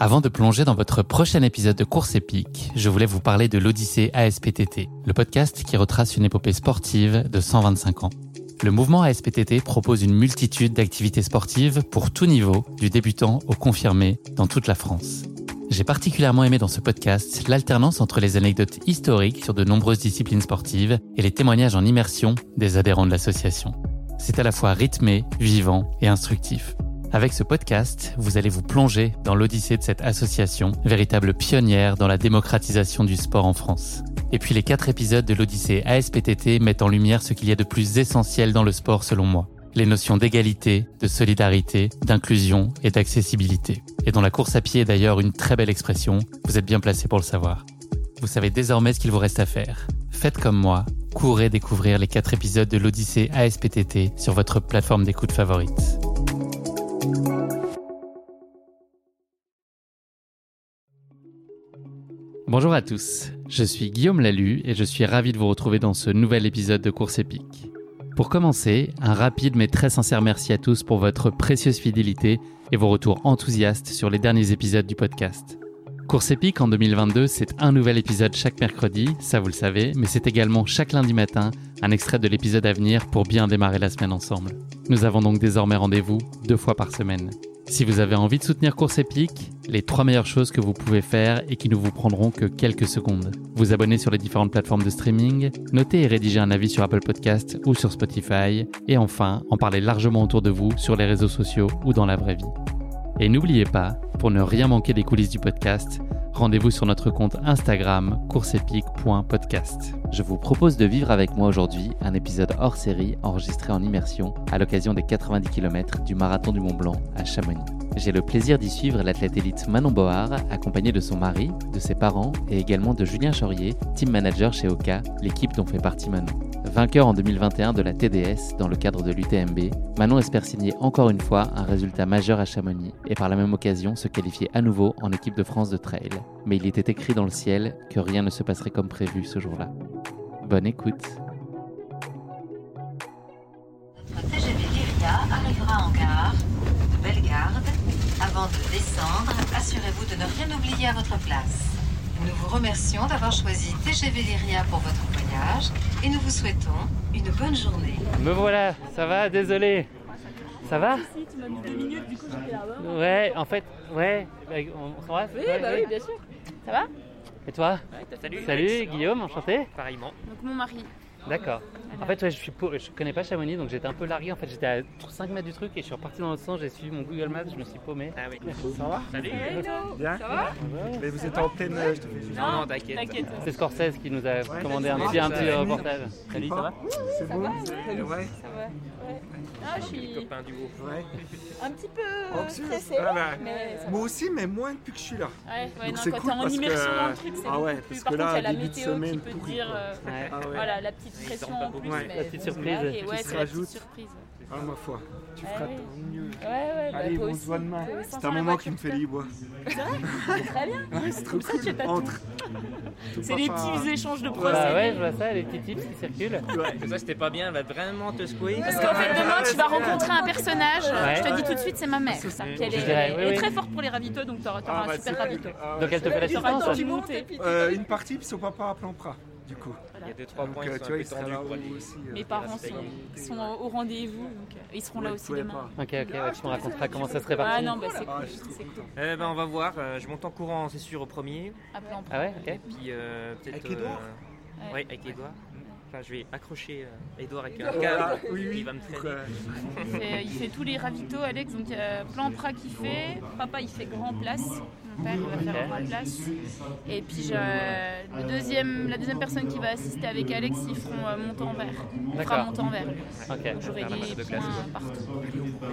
Avant de plonger dans votre prochain épisode de Course épique, je voulais vous parler de l'Odyssée ASPTT, le podcast qui retrace une épopée sportive de 125 ans. Le mouvement ASPTT propose une multitude d'activités sportives pour tout niveau, du débutant au confirmé, dans toute la France. J'ai particulièrement aimé dans ce podcast l'alternance entre les anecdotes historiques sur de nombreuses disciplines sportives et les témoignages en immersion des adhérents de l'association. C'est à la fois rythmé, vivant et instructif. Avec ce podcast, vous allez vous plonger dans l'odyssée de cette association, véritable pionnière dans la démocratisation du sport en France. Et puis les 4 épisodes de l'Odyssée ASPTT mettent en lumière ce qu'il y a de plus essentiel dans le sport selon moi. Les notions d'égalité, de solidarité, d'inclusion et d'accessibilité. Et dont la course à pied est d'ailleurs une très belle expression, vous êtes bien placé pour le savoir. Vous savez désormais ce qu'il vous reste à faire. Faites comme moi, courez découvrir les 4 épisodes de l'Odyssée ASPTT sur votre plateforme d'écoute favorite. Bonjour à tous, je suis Guillaume Lalu et je suis ravi de vous retrouver dans ce nouvel épisode de Course épique. Pour commencer, un rapide mais très sincère merci à tous pour votre précieuse fidélité et vos retours enthousiastes sur les derniers épisodes du podcast. Course épique en 2022, c'est un nouvel épisode chaque mercredi, ça vous le savez, mais c'est également chaque lundi matin un extrait de l'épisode à venir pour bien démarrer la semaine ensemble. Nous avons donc désormais rendez-vous 2 fois par semaine. Si vous avez envie de soutenir Course épique, les 3 meilleures choses que vous pouvez faire et qui ne vous prendront que quelques secondes. Vous abonner sur les différentes plateformes de streaming, noter et rédiger un avis sur Apple Podcasts ou sur Spotify, et enfin, en parler largement autour de vous sur les réseaux sociaux ou dans la vraie vie. Et n'oubliez pas, pour ne rien manquer des coulisses du podcast, rendez-vous sur notre compte Instagram courseepique.podcast. Je vous propose de vivre avec moi aujourd'hui un épisode hors série enregistré en immersion à l'occasion des 90 km du Marathon du Mont Blanc à Chamonix. J'ai le plaisir d'y suivre l'athlète élite Manon Bohard, accompagnée de son mari, de ses parents et également de Julien Chaurier, team manager chez Oka, l'équipe dont fait partie Manon. Vainqueur en 2021 de la TDS dans le cadre de l'UTMB, Manon espère signer encore une fois un résultat majeur à Chamonix et par la même occasion se qualifier à nouveau en équipe de France de trail. Mais il était écrit dans le ciel que rien ne se passerait comme prévu ce jour-là. Bonne écoute. Notre TGV Lyria arrivera en gare de Bellegarde. Avant de descendre, assurez-vous de ne rien oublier à votre place. Nous vous remercions d'avoir choisi TGV Lyria pour votre voyage et nous vous souhaitons une bonne journée. Me voilà, ça va, désolé. Ça va ? Si, tu m'as mis 2 minutes, du coup j'étais là-bas. Ouais, en fait, ouais, on s'embrasse ? Oui, oui, bien sûr. Ça va ? Et toi ? Ouais, Salut Guillaume, enchanté. Pareillement. Donc mon mari. D'accord. En fait, ouais, je connais pas Chamonix, donc j'étais un peu largué. En fait, j'étais à 5 mètres du truc et je suis reparti dans l'autre sens. J'ai suivi mon Google Maps, je me suis paumé. Ah oui. Ça va? Salut. Bien? Ça va ? Mais vous êtes en pleine... je te fais juste... Non, t'inquiète. C'est Scorsese qui nous a commandé un petit reportage. Salut, ça va ? C'est bon? Ouais. Ça va. Ouais. Ah, je suis Copain du haut. Ouais. un petit peu Anxieux. stressée, Ah bah, mais ça va. moi aussi, mais moins depuis que je suis là. Ouais, Donc non, c'est quand cool t'es en parce immersion que- dans le truc, c'est Ah ouais, beaucoup plus. parce Par que contre, là, il y a la début de météo qui semaine peut te pourri, dire quoi. Ouais. Ah ouais. voilà, la petite pression en plus, Ouais. mais La petite bon, surprise. c'est là, et ouais, Qui se c'est la petite rajoute. surprise. Ah ma foi, tu feras Ouais. tant mieux. Ouais, bah, Allez, toi on aussi. se voit demain. Toi aussi, C'est sans un la moment qui me voiture, fait libre. C'est vrai ? C'est très bien. Ouais, c'est trop Comme ça, tu cool. t'as tout. Entre. Tout C'est les papa. petits échanges de Bah procédés. ouais, je vois ça, les petits tips qui circulent. Ça, c'était pas bien, elle va vraiment te secouer. Parce qu'en fait, demain, tu vas rencontrer un personnage. Ouais. Je te dis tout de suite, c'est ma mère. Ça. Qu'elle Je dirais, oui, elle est oui. très forte pour les ravitaux, donc t'auras Ah, un bah, super c'est ravito. cool. Ah, ouais. Donc elle te fait T'auras le temps l'assistance. d'y monter. Une partie, puis son papa à Plan-Pras, du coup. Il y a 2-3 Donc points qui sont tu un vois, peu il sera tendus là pour aller. aussi. Mes parents sont au rendez-vous, donc ils seront là aussi demain. Ok, ouais, tu me raconteras comment ça se répartit. Ah non, bah c'est cool. C'est cool. On va voir. Je monte en courant, c'est sûr, au premier. Après, on Ah ouais, ok. Et puis peut-être. Avec Édouard Ouais, avec Édouard. Enfin, je vais accrocher Édouard avec un Voilà, câble. oui, oui. Il va me pour, traîner. il fait tous les ravitaux, Alex. Donc Plan-Pras qui fait, papa il fait Grand Place. Mon père il va faire Grand Place. Et puis la deuxième personne qui va assister avec Alex, ils feront Montant-Vert. On fera D'accord. Montant-Vert. Ok. Donc j'aurai des points partout.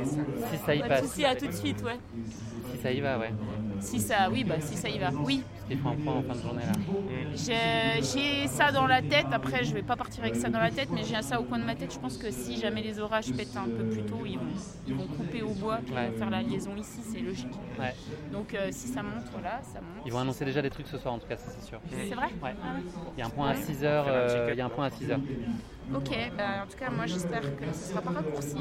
Si ça y Pas de passe. soucis, à tout de suite, ouais. Si ça y va, ouais. Si ça y va. Oui, Parce qu'il faut un point en fin de journée là. j'ai ça dans la tête. Après, je vais pas partir avec ça dans la tête, mais j'ai ça au coin de ma tête. Je pense que si jamais les orages pètent un peu plus tôt, ils vont couper au bois, puis ils vont faire la liaison ici, c'est logique. Ouais. Donc si ça monte, voilà, ça monte. Ils vont annoncer déjà des trucs ce soir en tout cas, ça c'est sûr. C'est vrai ? Ouais. Ah ouais. Il y a un point à 6h. Il y a un point à 6h. Ok, en tout cas moi j'espère que ce ne sera pas raccourci,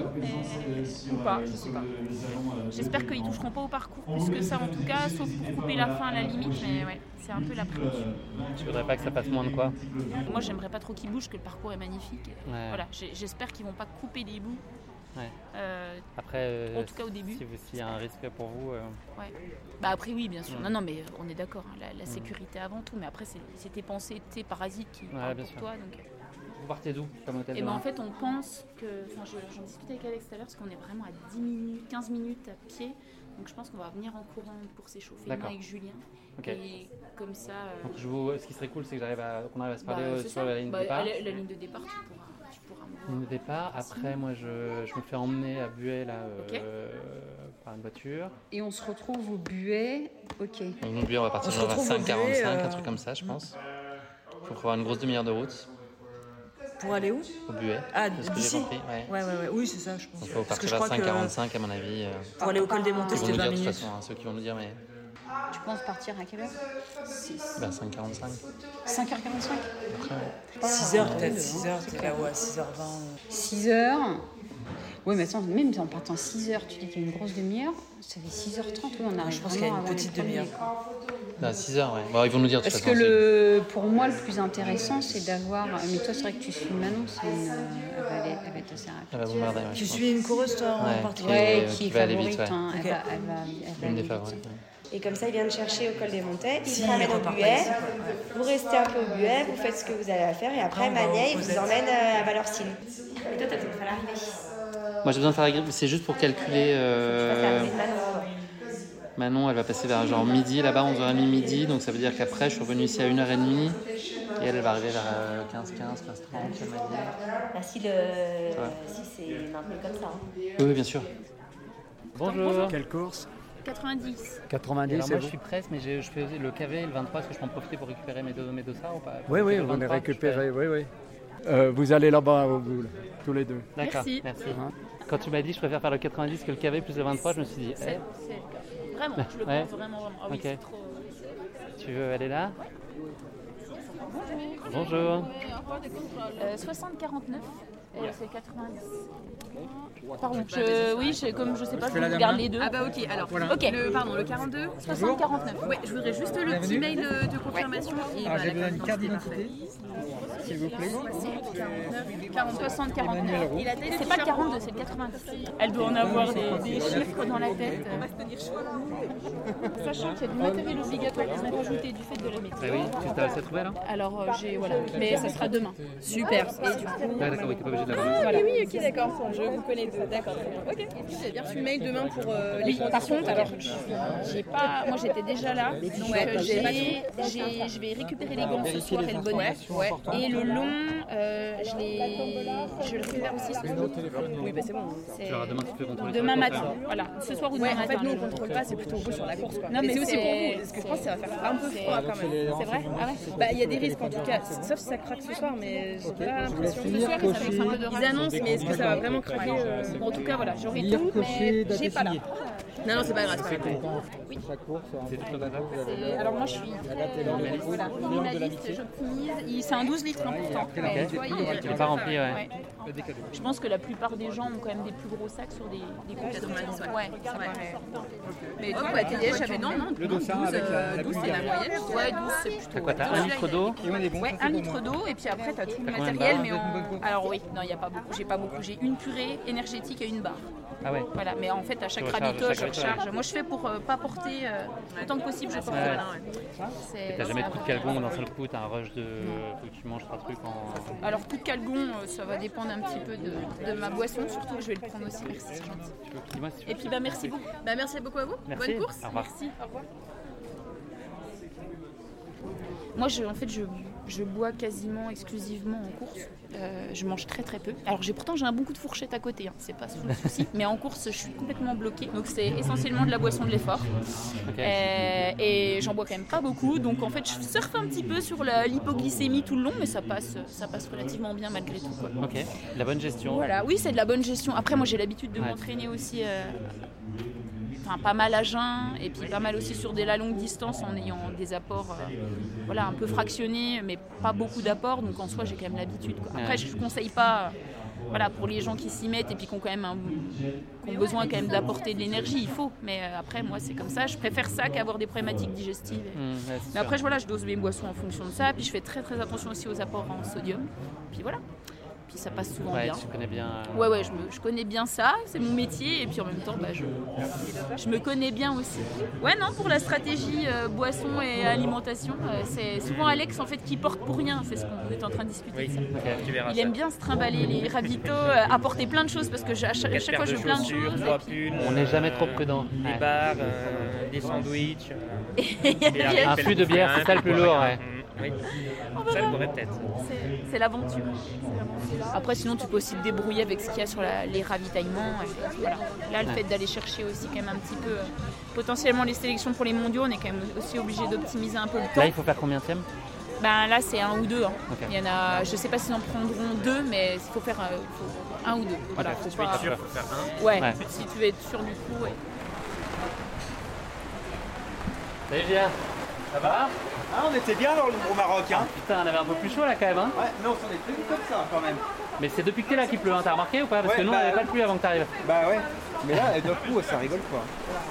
ou pas, je sais pas. J'espère qu'ils ne toucheront pas au parcours plus que ça en tout cas, sauf pour couper la fin à la limite, mais ouais, c'est un peu l'appréhension. Tu voudrais pas que ça fasse moins de quoi? Moi j'aimerais pas trop qu'ils bougent, que le parcours est magnifique. Ouais. Voilà, j'espère qu'ils vont pas couper des bouts. Ouais. Après, en tout cas au début. S'il y a un risque pour vous. Ouais. Bah après oui bien sûr. Non mais on est d'accord, hein, la sécurité avant tout, mais après c'est tes pensées, tes parasites qui parlent pour toi. Donc... Vous partez d'où comme hôtel? Et ben en fait on pense que, j'en discutais avec Alex tout à l'heure, parce qu'on est vraiment à 10 minutes, 15 minutes à pied, donc je pense qu'on va venir en courant pour s'échauffer avec Julien. Ok. Et comme ça... Donc ce qui serait cool, c'est que qu'on arrive à se parler sur la ligne de départ. départ. La ligne de départ, tu pourras me Ligne de départ. Après, moi, je me fais emmener à Buet là, par une voiture. Et on se retrouve au Buet. Ok. Donc, nous, Buet, on va partir vers 5h45, un truc comme ça, je pense. Il faut prévoir une grosse demi-heure de route. Pour aller où? Au Buet. Ah, c'est ce que d'ici? j'ai compris. Ouais. Oui, c'est ça, je pense. Donc, il faut partir vers 5h45, à mon avis. Pour aller au col des Montées, ils vont c'était nous dire 20 de toute minutes. façon, ceux qui vont nous dire, mais Tu penses partir à quelle heure? vers 5h45. 5h45? Après, 6h peut-être, 6h, t'es là-haut à 6h20. 6h. Oui, mais attends, même en partant 6h, tu dis qu'il y a une grosse demi-heure, ça fait 6h30, oui, on arrive. Je pense qu'il y a une petite demi-heure. à 6h, ouais. Bon, ils vont nous dire de toute Parce façon. que pour moi, le plus intéressant, c'est d'avoir. Mais toi, c'est vrai que tu suis Manon, elle va être assez rapide. Elle va bombarder, ouais, Tu je pense. suis une coureuse, toi, en particulier? Ouais, qui qui est va aller vite, favorite. ouais. Hein, Ok. elle va Une des aller vite. favorites. Et comme ça, il vient de chercher au col des Montées, il Si, vous ramène il au repart Buet, pas ici, vous restez un peu au Buet, vous faites ce que vous avez à faire, et après, on va Magnet, au il vous Cosette. emmène à Valorcine. Et toi, t'as peut-être fait l'arrivée. Moi, j'ai besoin de faire la grippe, c'est juste pour calculer. Tu vas faire l'arrivée de Manon. Manon, elle va passer vers genre midi, là-bas, 11h30 midi, donc ça veut dire qu'après, je suis revenu ici à 1h30, et elle va arriver vers 15h15, 15h30, elle m'a dit. Bah, si c'est maintenu comme ça. Hein. Oui, bien sûr. Bonjour. Quelle course? 90. 90, Alors c'est moi, bon. je suis presse, mais je fais le KV et le 23, est-ce que je peux en profiter pour récupérer mes dossards ou pas? Oui, Le on 23, est je récupéré, oui. Vous allez là-bas au bout, là, tous les deux. fais- D'accord, Merci. merci. Hein. Quand tu m'as dit je préfère faire le 90 que le KV plus le 23, je me suis dit, C'est le cas. Vraiment, je le Ouais. pense vraiment. Ah oui, Ok. c'est trop... tu veux aller là? Bonjour. 60-49, et c'est 90. Pardon, comme je sais pas, je regarde les deux. Ah bah ok, alors, Ok. le 42 60-49. Ouais, je voudrais juste le petit mail de confirmation. Et Alors, j'ai besoin d'une carte d'identité, s'il vous plaît. 60-49. C'est pas le 42, c'est le 90. Elle doit en avoir des chiffres dans la tête. Sachant qu'il y a du matériel obligatoire qui sont rajoutés du fait de la météo. Bah oui, tu t'as réussi à trouver là? Alors voilà, mais ça sera demain. Super. Et du coup, Ah, d'accord, oui, t'es pas obligé de l'avoir. Voilà. oui, ok, d'accord. Je vous connais deux. D'accord, très bien. Ok. Vous avez bien reçu le mail demain pour les Oui, par conditions. contre, alors, j'ai pas. Moi, j'étais déjà là, donc je vais récupérer les gants ce soir et le bonnet. Et le long, je le récupère aussi ce soir. Oui, bah c'est bon. Tu l'auras demain, tu peux contrôler. Demain matin, voilà. Ce soir ou Ouais, demain en fait, matin. nous on contrôle pas, c'est plutôt vous sur la course quoi. Non, mais c'est aussi c'est- pour vous, parce que je pense que ça va faire un peu froid quand même. C'est vrai? Ah ouais? Bah, il y a des risques en tout cas, sauf si ça craque ce soir, mais j'ai pas l'impression. Ce soir, ça fait un peu de Ils annoncent, mais est-ce que ça va vraiment craquer Bon, en tout cas, voilà, j'aurai Lire, tout, cocher, mais date j'ai pas là. signée. Non, non, c'est pas grave. Chaque course, C'est tout le bazar. Alors moi, je suis voilà, minimaliste, j'optimise. C'est un 12 litres important. Mais, tu vois, Il est pas rempli, ouais. Je pense que la plupart des gens ont quand même des plus gros sacs sur des compétitions. Ouais, ça paraît. Mais toi, bah, TDS, j'avais non, 12, c'est la moyenne. Ouais, 12, c'est plutôt. T'as quoi, t'as 1 litre d'eau? Ouais, 1 litre d'eau, et puis après, t'as tout le T'as combien de matériel, barres? mais alors oui, non, il n'y a pas beaucoup. J'ai pas beaucoup. J'ai une purée énergétique et une barre. Ah ouais. Voilà, mais en fait, à chaque Tu recharges ravito, je chaque ravito, recharge. Moi, je fais pour pas porter autant que possible, je porte Ouais. rien. T'as jamais de coup de calgon d'un seul coup, t'as un rush de. Faut que tu manges 3 trucs en. Alors, tout calgon, ça va dépendre un petit peu de ma boisson, surtout que je vais le prendre aussi. Merci, c'est gentil. Tu veux dis-moi si tu veux. Et puis, bah, merci beaucoup. Bah, merci beaucoup à vous. Merci. Bonne course. Au revoir. Merci, au revoir. Moi, je bois quasiment exclusivement en course. Je mange très très peu. Alors pourtant j'ai un bon coup de fourchette à côté, hein. C'est pas sous le souci. Mais en course, je suis complètement bloquée. Donc c'est essentiellement de la boisson de l'effort. Ok. Et j'en bois quand même pas beaucoup. Donc en fait, je surfe un petit peu sur l'hypoglycémie tout le long, mais ça passe relativement bien malgré tout, quoi. Ok, la bonne gestion. Voilà, oui, c'est de la bonne gestion. Après, moi j'ai l'habitude de Ouais. m'entraîner aussi. pas mal à jeun et puis pas mal aussi sur la longue distance en ayant des apports un peu fractionnés, mais pas beaucoup d'apports. Donc en soi, j'ai quand même l'habitude, quoi. Après, je ne conseille pas... pour les gens qui s'y mettent et puis qui ont quand même qui ont besoin quand même d'apporter de l'énergie, il faut. Mais après, moi, c'est comme ça. Je préfère ça qu'avoir des problématiques digestives. Mais après, je dose mes boissons en fonction de ça. Puis je fais très très attention aussi aux apports en sodium. Puis voilà. Puis ça passe souvent bien. Tu connais bien. Ouais, je connais bien ça. C'est mon métier. Et puis en même temps, je me connais bien aussi. Ouais, non, pour la stratégie boisson et alimentation, c'est souvent Alex en fait qui porte pour rien. C'est ce qu'on est en train de discuter. Oui. Tu verras. Il aime bien se trimballer les ravitaux, apporter plein de choses parce que à chaque fois je fais plein de choses. On n'est jamais trop prudent. Des bars, des sandwichs. Un flux de bière, c'est ça le plus lourd. Oui, ça le pourrait peut-être. C'est l'aventure. Après, sinon, tu peux aussi te débrouiller avec ce qu'il y a sur les ravitaillements. Voilà. Là, le fait d'aller chercher aussi quand même un petit peu potentiellement les sélections pour les mondiaux, on est quand même aussi obligé d'optimiser un peu le temps. Là, il faut faire combien de thèmes ? Là, c'est 1 ou 2. Okay. Il y en a, je ne sais pas s'ils en prendront 2, mais il faut faire 1 ou 2. Voilà, si tu veux être sûr, il faut faire 1. Ouais, si tu veux être sûr du coup, ouais. Salut Gia, ça va ? On était bien au Maroc, hein. Putain, on avait un peu plus chaud là quand même, hein. Ouais, mais on s'en est prévu comme ça quand même. Mais c'est depuis que t'es là qu'il pleut, hein. T'as remarqué ou pas ? Parce que nous, on n'avait pas de pluie avant que t'arrives. Bah ouais, mais là, d'un coup, ça rigole quoi.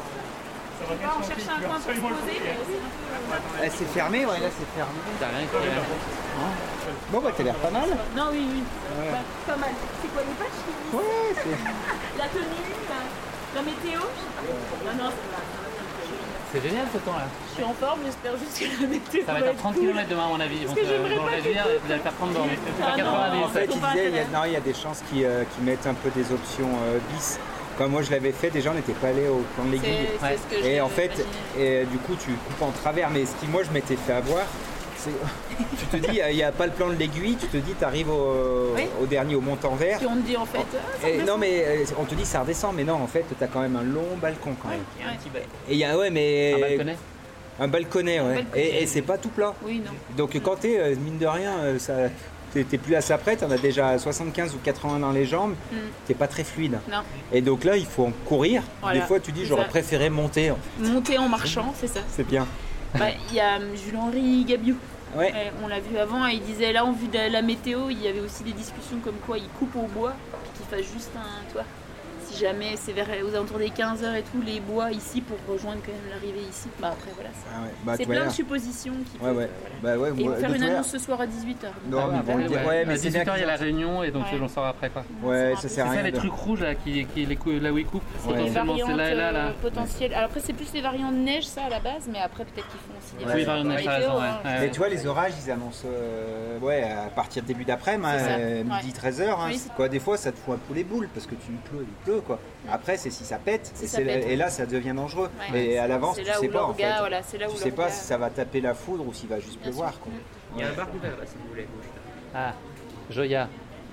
On cherche un coin pour se poser. C'est fermé, ouais, là c'est fermé. T'as rien écrit. Bon, t'as l'air pas mal. Non, oui. Ouais. Pas mal. C'est quoi les patchs ? Ouais, c'est... La tenue, la météo. Non, c'est génial ce temps-là. Je suis en forme, j'espère juste que la météo ça va être 30 km demain à mon avis. Ils vont le réduire et vous allez faire 30 bornes. Pas 90. En fait, il y a des chances qu'ils mettent un peu des options bis. Comme moi je l'avais fait, déjà on n'était pas allé au plan de l'aiguille. Et en fait, du coup tu coupes en travers. Mais ce qui moi je m'étais fait avoir, c'est tu te dis il n'y a pas le plan de l'aiguille, tu te dis tu arrives au dernier, au montant vert. Et on te dit en fait. Non mais on te dit ça redescend, mais non en fait tu as quand même un long balcon quand même. Il y a un petit balcon. Et il y a mais un balconnet. Un balconnet, ouais. Et c'est pas tout plat. Oui, non. Donc quand t'es mine de rien, t'es plus à ça près, t'en as déjà 75 ou 80 dans les jambes, t'es pas très fluide. Non. Et donc là, il faut en courir. Voilà. Des fois, tu dis, j'aurais préféré monter. Monter en marchant, c'est ça. C'est bien. Il y a Jules-Henri Gabiou. Ouais. On l'a vu avant, et il disait là, en vue de la météo, il y avait aussi des discussions comme quoi il coupe au bois, puis qu'il fasse juste si jamais c'est aux alentours des 15h et tout, les bois ici pour rejoindre quand même l'arrivée ici. Après voilà, c'est plein de suppositions qui peuvent... Et faire une annonce ce soir à 18h. Non, mais bon, mais à 18h il y a la réunion et donc on sort après quoi. Ouais, ça sert à rien. C'est ça les trucs rouges là, là où ils coupent. Potentiellement c'est là et là. Potentiel. Alors après c'est plus les variants de neige ça à la base, mais après peut-être qu'ils font aussi des variants de neige. Mais tu vois les orages ils annoncent à partir de début d'après-midi, midi 13h. Des fois ça te fout un peu les boules parce que il pleut quoi. Après c'est si ça pète et là ça devient dangereux. Mais à l'avance tu sais pas en fait. Tu sais pas si ça va taper la foudre ou s'il va juste pleuvoir quoi. Il y a un bar ouvert là si vous voulez. Ah, Joya.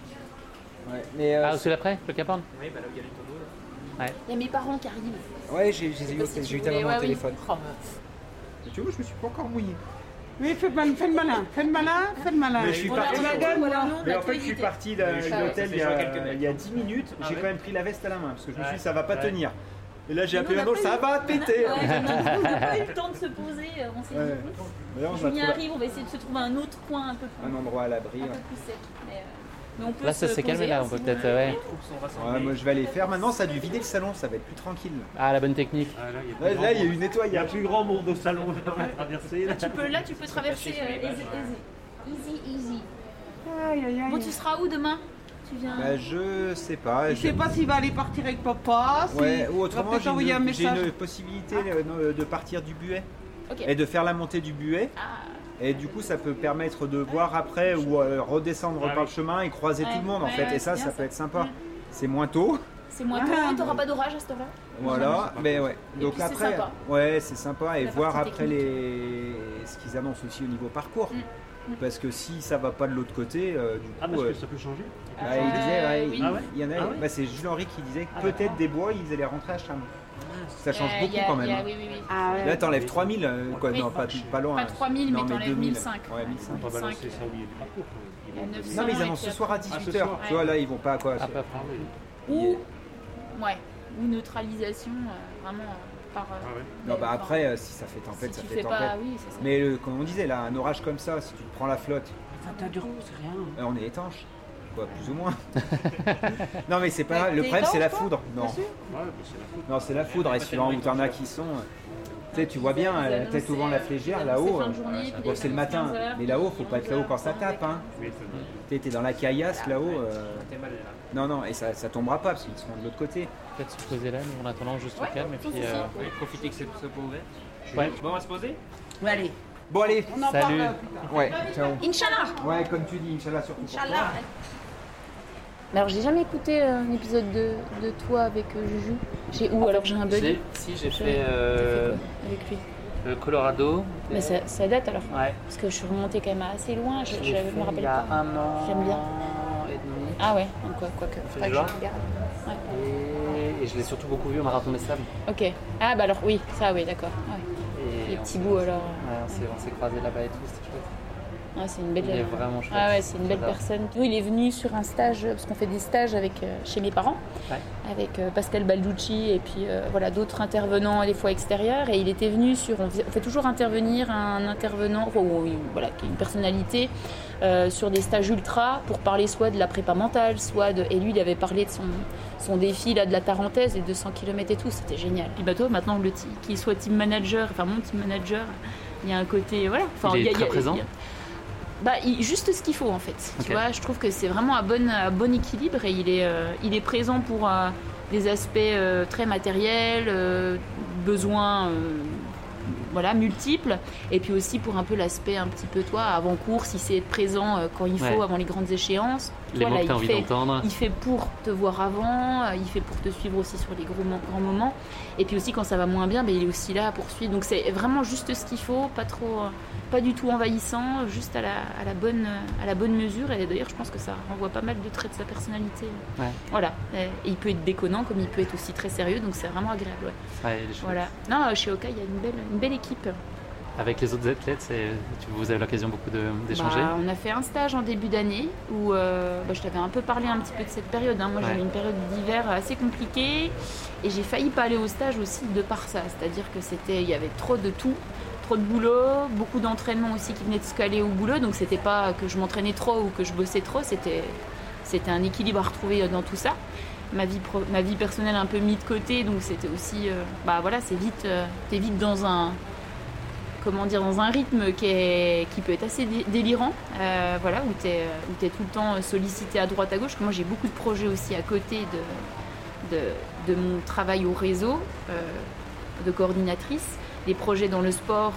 Celui d'après, le Cap Horn. Oui, là où il y a les tonneaux. Ouais. Il y a mes parents qui arrivent. Ouais, j'ai eu ta maman au téléphone. Tu vois, je me suis pas encore mouillé. Oui, fais le malin. Mais je suis parti. Mais en fait, je suis parti de l'hôtel il y a 10 minutes. J'ai quand même pris la veste à la main parce que je me suis dit ça va pas tenir. Et là, j'ai appelé Manon, ça va péter. On n'a pas eu le temps de se poser. On s'est dit, Julien arrive, on va essayer de se trouver un autre coin un peu plus. Un endroit à l'abri. Un peu plus sec. Mais on peut là, ça s'est calmé là, on peut peut-être. Ouais, moi je vais aller faire. Maintenant, ça a dû vider le salon, ça va être plus tranquille. Ah, la bonne technique. Là, il y a eu nettoyage. Il y a plus grand monde au salon à traverser. Là, tu peux traverser easy. Aïe. Bon, tu seras où demain? Tu viens... je sais pas. Je sais pas s'il va aller partir avec papa. Ou autrement, j'ai une possibilité de partir du buet et de faire la montée du buet. Et du coup, ça peut permettre de voir après ou redescendre par le chemin et croiser tout le monde en fait. Et ça peut être sympa. C'est moins tôt. C'est moins tôt, t'auras pas d'orage à cette heure-là. Voilà, mais ouais. Donc après, sympa. Ouais, c'est sympa et voir après ce qu'ils annoncent aussi au niveau parcours. Parce que si ça va pas de l'autre côté, du coup. Parce que ça peut changer. Il disait, oui. il y en a. C'est Jules-Henri qui disait que peut-être des bois, ils allaient rentrer à Cham. Ça change beaucoup quand même. Là, t'enlèves 3000, quoi. Non, pas loin. Pas 3000, mais t'enlèves 1005. Ouais, 1005. On va balancer ça au milieu du parcours. Non, mais ils annoncent ce soir à 18h. Tu vois, là, ils vont pas à quoi. Ou neutralisation, vraiment. par. Non, bah après, si ça fait tempête, si ça tu fait fais tempête. pas, oui, c'est ça. Mais comme on disait, là, un orage comme ça, si tu prends la flotte, T'as du repos, c'est rien. on est étanche. Quoi, plus ou moins. Non, mais c'est pas. Le problème, c'est la foudre. Non. Non, c'est la foudre. Et suivant où t'en as qui sont. Tu sais, tu vois bien, peut-être au vent de la Flégère, là-haut. Bon, c'est le matin. Mais là-haut, faut pas être là-haut quand ça tape. Hein. T'es dans la caillasse là-haut. Non, et ça tombera pas parce qu'ils seront de l'autre côté. Peut-être se poser là, nous en attendant juste au calme. Et puis, profitez que c'est pas ouvert. Ouais. Bon, on va se poser. Ouais, allez. Bon, allez. On en Salut. parle. Ouais, ciao. Inch'Allah. Ouais, comme tu dis, Inch'Allah surtout. Inch'Allah. Alors, j'ai jamais écouté un épisode de toi avec Juju. Ou alors j'ai un bug. Si, j'ai fait fait quoi avec lui. le Colorado. Mais ça date alors. Ouais. Parce que je suis remontée quand même assez loin. Je l'ai fait me rappelle il y a pas. 1 an J'aime bien. et demi. Ah ouais, donc quoique. On fait Faudrait que genre. je regarde. Ouais. Et je l'ai surtout beaucoup vu au Marathon des Sables. Ok. Ah bah alors oui, ça oui, d'accord. Ouais. Et Les petits bouts alors. Ouais, on s'est croisés là-bas et tout, c'était chouette. Ah, c'est une belle. Il est vraiment chouette. Ah ouais, c'est une belle J'adore. personne. Nous, il est venu sur un stage parce qu'on fait des stages avec chez mes parents, avec Pascal Balducci et puis voilà d'autres intervenants des fois extérieurs. Et il était venu sur. On fait toujours intervenir un intervenant, voilà, qui est une personnalité sur des stages ultra pour parler soit de la prépa mentale, soit de. Et lui, il avait parlé de son défi là de la Tarentaise, les 200 km et tout. C'était génial. Puis bateau, maintenant qu'il soit team manager, enfin mon team manager, il y a un côté voilà. Enfin, il est très présent. Juste ce qu'il faut en fait. Tu vois, je trouve que c'est vraiment à bon équilibre et il est présent pour des aspects très matériels, besoins multiples, et puis aussi pour un peu l'aspect un petit peu avant course, il sait être présent quand il faut avant les grandes échéances. Les mots que tu as envie d'entendre. Il fait pour te voir avant, il fait pour te suivre aussi sur les grands moments, et puis aussi quand ça va moins bien, il est aussi là pour suivre. Donc c'est vraiment juste ce qu'il faut, pas du tout envahissant, juste à la bonne mesure. Et d'ailleurs, je pense que ça renvoie pas mal de traits de sa personnalité. Ouais. Voilà. Et il peut être déconnant, comme il peut être aussi très sérieux, donc c'est vraiment agréable. Ouais, voilà. Non, chez Oka, il y a une belle équipe. Avec les autres athlètes, vous avez l'occasion beaucoup d'échanger. On a fait un stage en début d'année où je t'avais un peu parlé un petit peu de cette période. Hein. Moi, j'avais une période d'hiver assez compliquée et j'ai failli pas aller au stage aussi de par ça. C'est-à-dire que il y avait trop de tout. Trop de boulot, beaucoup d'entraînement aussi qui venait de se caler au boulot, donc c'était pas que je m'entraînais trop ou que je bossais trop, c'était un équilibre à retrouver dans tout ça. Ma vie personnelle un peu mis de côté, donc c'était aussi, t'es vite dans un rythme qui peut être assez délirant, où t'es tout le temps sollicité à droite à gauche. Moi j'ai beaucoup de projets aussi à côté de mon travail au réseau de coordinatrice. Des projets dans le sport,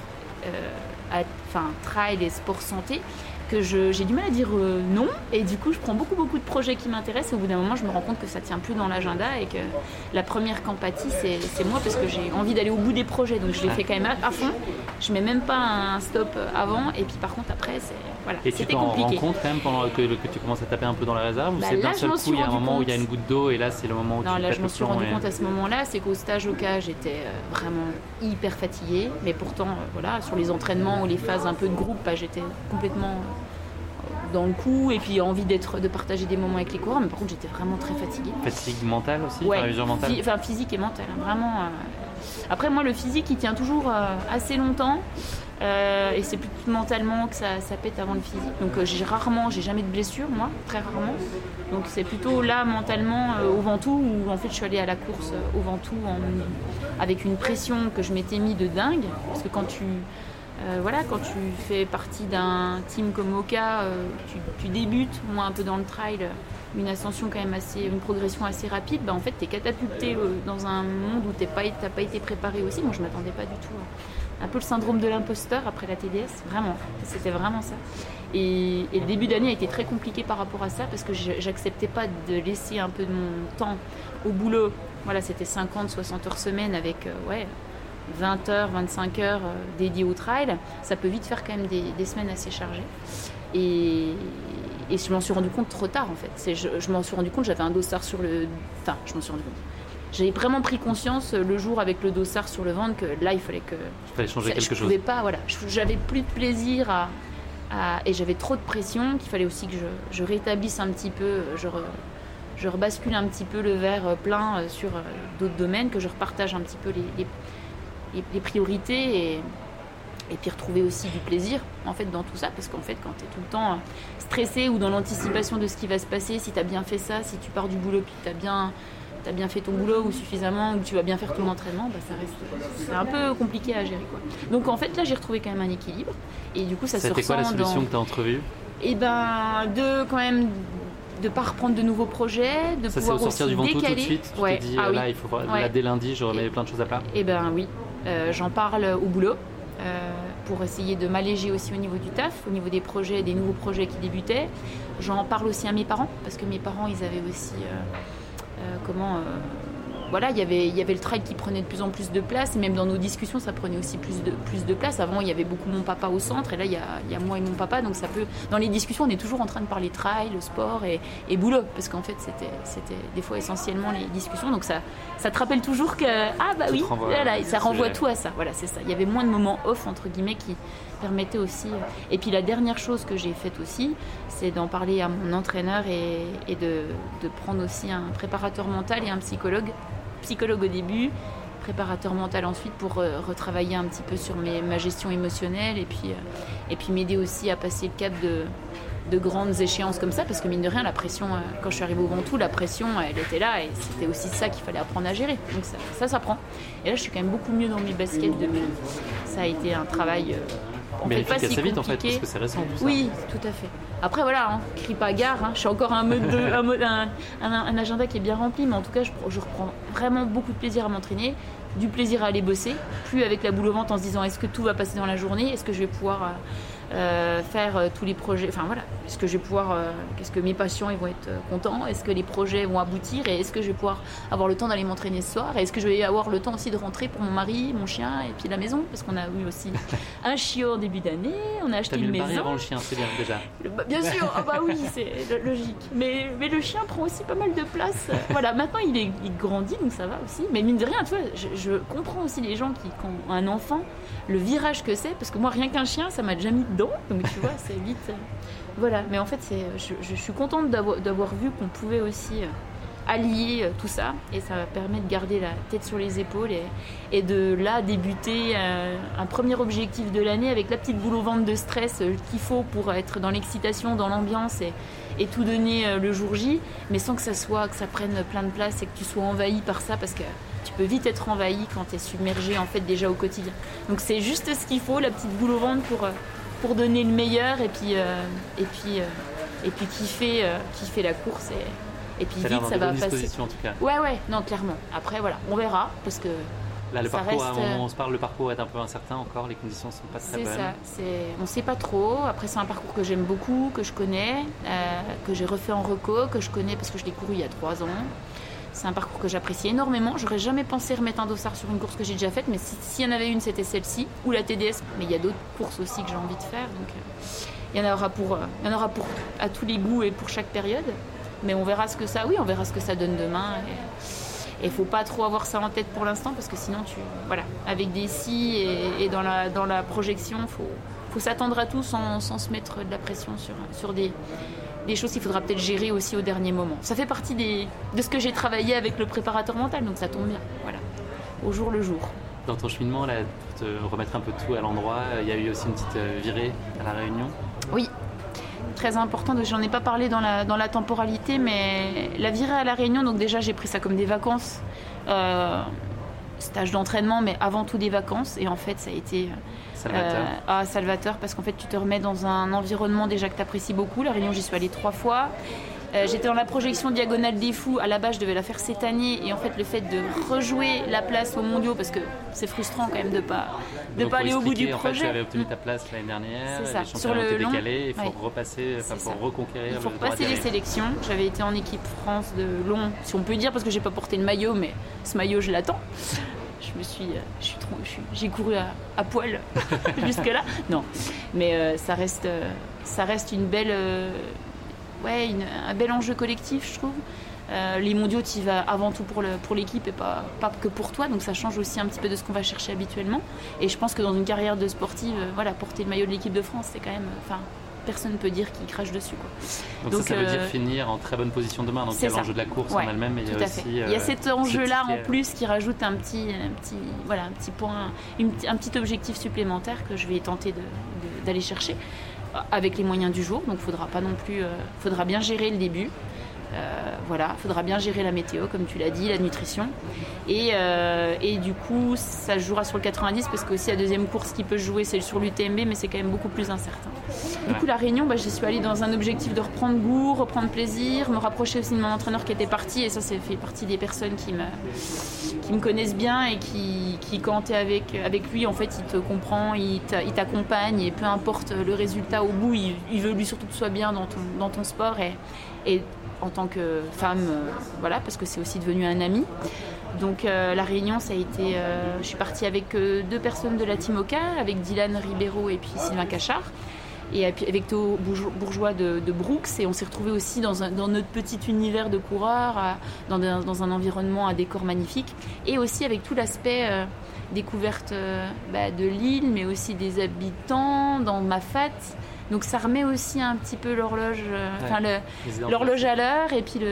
trail et sport santé, que j'ai du mal à dire non. Et du coup, je prends beaucoup de projets qui m'intéressent. Et au bout d'un moment, je me rends compte que ça tient plus dans l'agenda et que la première qu'empathie, c'est moi parce que j'ai envie d'aller au bout des projets. Donc, je les fais quand même à fond. Je mets même pas un stop avant. Et puis, par contre, après, c'était compliqué. Et tu t'en rends compte quand même pendant que tu commences à taper un peu dans la réserve ou c'est d'un seul coup, il y a un moment où il y a une goutte d'eau et là, c'est le moment où tu pètes le plomb? Non, là, je m'en suis rendu compte à ce moment-là. C'est qu'au stage Oka, j'étais vraiment hyper fatiguée. Mais pourtant, sur les entraînements ou les phases un peu de groupe, j'étais complètement dans le coup et puis envie de partager des moments avec les coureurs, mais par contre j'étais vraiment très fatiguée. Fatigue mentale aussi, usure mentale. Physique et mentale, vraiment. Après moi le physique il tient toujours assez longtemps et c'est plus mentalement que ça pète avant le physique. Donc j'ai jamais de blessure moi, très rarement. Donc c'est plutôt là mentalement au Ventoux où en fait je suis allée à la course au Ventoux avec une pression que je m'étais mis de dingue parce que quand tu fais partie d'un team comme Oka, tu débutes, moi un peu dans le trail, une ascension quand même une progression assez rapide, en fait t'es catapulté dans un monde où t'as pas été préparé aussi. Moi je m'attendais pas du tout. Un peu le syndrome de l'imposteur après la TDS, vraiment, c'était vraiment ça. Et le début d'année a été très compliqué par rapport à ça parce que j'acceptais pas de laisser un peu de mon temps au boulot. Voilà, c'était 50-60 heures semaine avec 20 heures, 25 heures dédiées au trail, ça peut vite faire quand même des semaines assez chargées. Et je m'en suis rendu compte trop tard en fait. Je m'en suis rendu compte, j'avais un dossard sur le... Enfin, je m'en suis rendu compte. J'avais vraiment pris conscience le jour avec le dossard sur le ventre que là, il fallait changer quelque chose. Je pouvais pas, j'avais plus de plaisir et j'avais trop de pression qu'il fallait aussi que je rétablisse un petit peu, je rebascule un petit peu le verre plein sur d'autres domaines, que je repartage un petit peu les priorités et puis retrouver aussi du plaisir en fait dans tout ça, parce qu'en fait quand tu es tout le temps stressé ou dans l'anticipation de ce qui va se passer, si tu as bien fait ça, si tu pars du boulot puis que tu as bien fait ton boulot ou suffisamment, ou que tu vas bien faire ton entraînement, c'est un peu compliqué à gérer, quoi. Donc en fait là j'ai retrouvé quand même un équilibre et du coup ça se ressent. C'était quoi la solution que tu as entrevue? De pas reprendre de nouveaux projets, de ça pouvoir c'est au sortir aussi du Ventoux décaler. Tout de suite, tu t'es dit là il faut là dès lundi je remets plein de choses à plat. Oui, j'en parle au boulot pour essayer de m'alléger aussi au niveau du taf, au niveau des projets, des nouveaux projets qui débutaient. J'en parle aussi à mes parents parce que mes parents ils avaient aussi il y avait le trail qui prenait de plus en plus de place, et même dans nos discussions ça prenait aussi plus de place. Avant il y avait beaucoup mon papa au centre, et là il y a moi et mon papa, donc ça peut, dans les discussions on est toujours en train de parler trail, le sport et boulot, parce qu'en fait c'était des fois essentiellement les discussions, donc ça te rappelle toujours que ça renvoie tout à ça, voilà c'est ça. Il y avait moins de moments off entre guillemets qui permettaient aussi, et puis la dernière chose que j'ai faite aussi c'est d'en parler à mon entraîneur et de prendre aussi un préparateur mental et un psychologue au début, préparateur mental ensuite, pour retravailler un petit peu sur ma gestion émotionnelle, et puis m'aider aussi à passer le cap de grandes échéances comme ça, parce que mine de rien la pression, quand je suis arrivée au Ventoux, la pression elle était là, et c'était aussi ça qu'il fallait apprendre à gérer, donc ça prend. Et là je suis quand même beaucoup mieux dans mes baskets depuis. Ça a été un travail mais pas si assez vite en fait, parce que c'est récent tout ça. Oui, tout à fait. Après voilà, crie pas gare, je suis encore un agenda qui est bien rempli, mais en tout cas je reprends vraiment beaucoup de plaisir à m'entraîner, du plaisir à aller bosser, plus avec la boule au ventre en se disant est-ce que tout va passer dans la journée, est-ce que je vais pouvoir faire tous les projets, est-ce que je vais pouvoir, qu'est-ce que mes patients ils vont être contents, est-ce que les projets vont aboutir, et est-ce que je vais pouvoir avoir le temps d'aller m'entraîner ce soir, et est-ce que je vais avoir le temps aussi de rentrer pour mon mari, mon chien, et puis la maison, parce qu'on a eu aussi un chiot en début d'année, on a acheté une maison. T'as mis le mari avant le chien, c'est bien déjà. Bien sûr, oui, c'est logique, mais le chien prend aussi pas mal de place, voilà, maintenant il grandit, donc ça va aussi, mais mine de rien, tu vois, je comprends aussi les gens qui ont un enfant, le virage que c'est, parce que moi rien qu'un chien ça m'a déjà mis dedans, donc tu vois c'est vite voilà, mais en fait je suis contente d'avoir vu qu'on pouvait aussi allier tout ça, et ça permet de garder la tête sur les épaules et de là débuter un premier objectif de l'année avec la petite boule au ventre de stress qu'il faut pour être dans l'excitation, dans l'ambiance et tout donner le jour J, mais sans que ça prenne plein de place et que tu sois envahi par ça, parce que tu peux vite être envahi quand tu es submergé en fait déjà au quotidien. Donc c'est juste ce qu'il faut, la petite boule au ventre pour donner le meilleur, et puis kiffer la course, et puis vite ça va passer. En tout cas. Ouais, non clairement. Après voilà, on verra, parce que là le parcours, à un moment on se parle, le parcours est un peu incertain encore, les conditions sont pas très bonnes. C'est ça, on sait pas trop. Après c'est un parcours que j'aime beaucoup, que je connais, que j'ai refait en reco, que je connais parce que je l'ai couru il y a 3 ans. C'est un parcours que j'apprécie énormément. J'aurais jamais pensé remettre un dossard sur une course que j'ai déjà faite, mais s'il y en avait une, c'était celle-ci, ou la TDS. Mais il y a d'autres courses aussi que j'ai envie de faire, donc il y en aura pour à tous les goûts et pour chaque période. Mais on verra ce que ça donne demain. Et faut pas trop avoir ça en tête pour l'instant, parce que sinon avec des si et dans la projection, faut s'attendre à tout sans se mettre de la pression sur des choses qu'il faudra peut-être gérer aussi au dernier moment. Ça fait partie de ce que j'ai travaillé avec le préparateur mental, donc ça tombe bien, voilà, au jour le jour. Dans ton cheminement, là, pour te remettre un peu tout à l'endroit, il y a eu aussi une petite virée à La Réunion. Oui, très important, j'en ai pas parlé dans la temporalité, mais la virée à La Réunion, donc déjà j'ai pris ça comme des vacances, stage d'entraînement, mais avant tout des vacances, et en fait ça a été salvateur, parce qu'en fait tu te remets dans un environnement déjà que tu apprécies beaucoup. La Réunion, j'y suis allée 3 fois. J'étais dans la projection Diagonale des Fous, à la base je devais la faire cette année, et en fait le fait de rejouer la place aux mondiaux, parce que c'est frustrant quand même de pas aller au bout du projet. En fait, tu avais obtenu ta place l'année dernière, c'est ça. Les championnats ont été décalés, il faut repasser, pour reconquérir. Il faut repasser les sélections. J'avais été en équipe France de long, si on peut dire, parce que j'ai pas porté le maillot, mais ce maillot je l'attends. J'ai couru à poil jusque là. Non, mais ça reste une belle. Un bel enjeu collectif, je trouve. Les mondiaux, tu y vas avant tout pour l'équipe et pas que pour toi, donc ça change aussi un petit peu de ce qu'on va chercher habituellement. Et je pense que dans une carrière de sportive, porter le maillot de l'équipe de France, c'est quand même, personne ne peut dire qu'il crache dessus, quoi. Donc ça veut dire finir en très bonne position demain. Donc il y a l'enjeu de la course en elle-même, mais il y a aussi... Il y a cet enjeu-là en plus qui rajoute un petit point, un petit objectif supplémentaire que je vais tenter d'aller chercher avec les moyens du jour. Donc faudra bien gérer le début. Faudra bien gérer la météo, comme tu l'as dit, la nutrition. Et du coup, ça jouera sur le 90 parce qu'aussi la deuxième course qui peut jouer, c'est sur l'UTMB, mais c'est quand même beaucoup plus incertain. Du coup, la Réunion, j'y suis allée dans un objectif de reprendre goût, reprendre plaisir, me rapprocher aussi de mon entraîneur qui était parti. Et ça fait partie des personnes qui me connaissent bien et qui quand tu es avec lui, en fait, il te comprend, il t'accompagne et peu importe le résultat au bout, il veut lui surtout que tu sois bien dans ton sport et en tant que femme, parce que c'est aussi devenu un ami. Donc la Réunion, ça a été... je suis partie avec 2 personnes de la Team Oka, avec Dylan Ribeiro et puis Sylvain Cachard, et avec Théo Bourgeois de Brooks, et on s'est retrouvés aussi dans notre petit univers de coureurs, dans un environnement à décor magnifique, et aussi avec tout l'aspect découverte de l'île, mais aussi des habitants, dans Mafat. Donc ça remet aussi un petit peu l'horloge à l'heure, et puis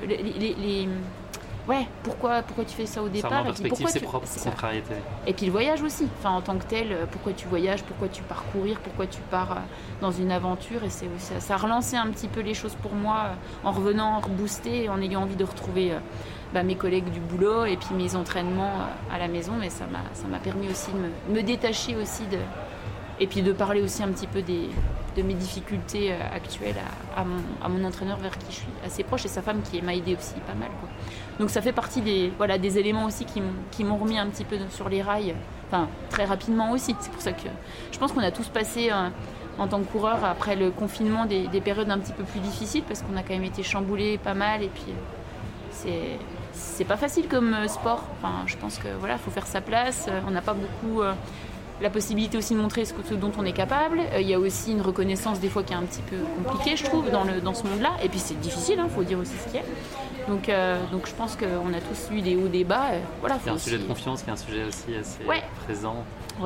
pourquoi tu fais ça au départ, ça remet en perspective ses propres contrariétés. Et puis le voyage aussi, en tant que tel, pourquoi tu voyages, pourquoi tu pars courir, pourquoi tu pars dans une aventure, et ça a relancé un petit peu les choses pour moi en revenant rebooster, en ayant envie de retrouver mes collègues du boulot et puis mes entraînements à la maison, mais ça m'a permis aussi de me détacher aussi et puis de parler aussi un petit peu de mes difficultés actuelles à mon entraîneur vers qui je suis assez proche, et sa femme qui m'a aidé aussi pas mal, quoi. Donc ça fait partie des éléments aussi qui m'ont remis un petit peu sur les rails, très rapidement aussi. C'est pour ça que je pense qu'on a tous passé en tant que coureur après le confinement des périodes un petit peu plus difficiles, parce qu'on a quand même été chamboulés pas mal, et puis c'est pas facile comme sport. Je pense que faut faire sa place. On n'a pas beaucoup la possibilité aussi de montrer ce dont on est capable. Il y a aussi une reconnaissance des fois qui est un petit peu compliquée, je trouve, dans ce monde-là. Et puis c'est difficile, faut dire aussi ce qu'il y a. Donc je pense qu'on a tous eu des hauts, des bas. C'est un sujet de confiance qui est un sujet aussi assez présent.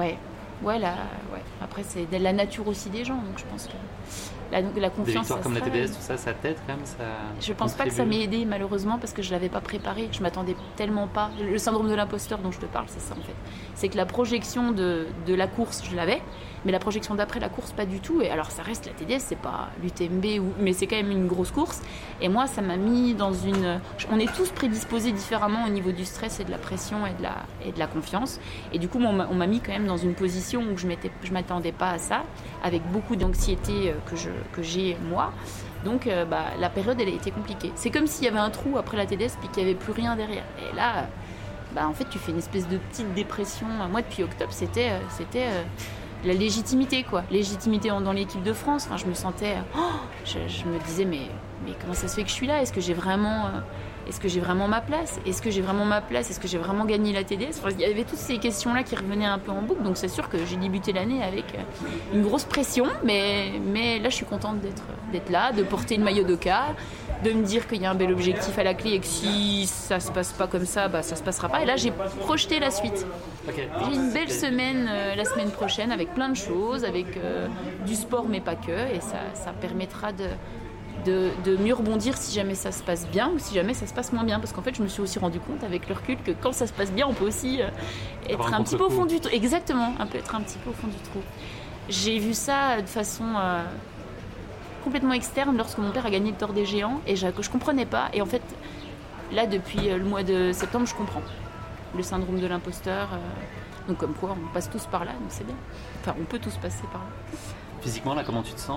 Après c'est de la nature aussi des gens, donc je pense que la confiance... Des victoires comme la TDS, tout ça t'aide quand même, ça... Je pense pas que ça m'ait aidé malheureusement, parce que je l'avais pas préparé, je m'attendais tellement pas. Le syndrome de l'imposteur dont je te parle, c'est ça en fait. C'est que la projection de la course, je l'avais, mais la projection d'après la course, pas du tout. Et alors ça reste la TDS, c'est pas l'UTMB, mais c'est quand même une grosse course. Et moi, ça m'a mis dans une... On est tous prédisposés différemment au niveau du stress et de la pression et de la confiance. Et du coup, on m'a mis quand même dans une position où je m'attendais pas à ça, avec beaucoup d'anxiété que j'ai moi. Donc la période, elle a été compliquée. C'est comme s'il y avait un trou après la TDS puis qu'il n'y avait plus rien derrière. Et là, en fait, tu fais une espèce de petite dépression. Moi, depuis octobre, c'était la légitimité, quoi. Légitimité dans l'équipe de France. Je me sentais... je me disais, mais comment ça se fait que je suis là ? Est-ce que j'ai vraiment ma place ? Est-ce que j'ai vraiment ma place ? Est-ce que j'ai vraiment gagné la TDS ? Il y avait toutes ces questions-là qui revenaient un peu en boucle. Donc c'est sûr que j'ai débuté l'année avec une grosse pression. Mais là, je suis contente d'être là, de porter le maillot d'Oka, de me dire qu'il y a un bel objectif à la clé et que si ça se passe pas comme ça, ça se passera pas. Et là, j'ai projeté la suite. Okay. J'ai une belle semaine la semaine prochaine avec plein de choses, avec du sport mais pas que. Et ça permettra de mieux rebondir si jamais ça se passe bien ou si jamais ça se passe moins bien, parce qu'en fait je me suis aussi rendu compte avec le recul que quand ça se passe bien on peut aussi être un petit peu au fond du trou. Exactement, être un petit peu au fond du trou. J'ai vu ça de façon complètement externe lorsque mon père a gagné le Tour des Géants et je comprenais pas, et en fait là depuis le mois de septembre je comprends le syndrome de l'imposteur, donc comme quoi on passe tous par là, donc c'est bien, on peut tous passer par là. Physiquement, là, comment tu te sens ?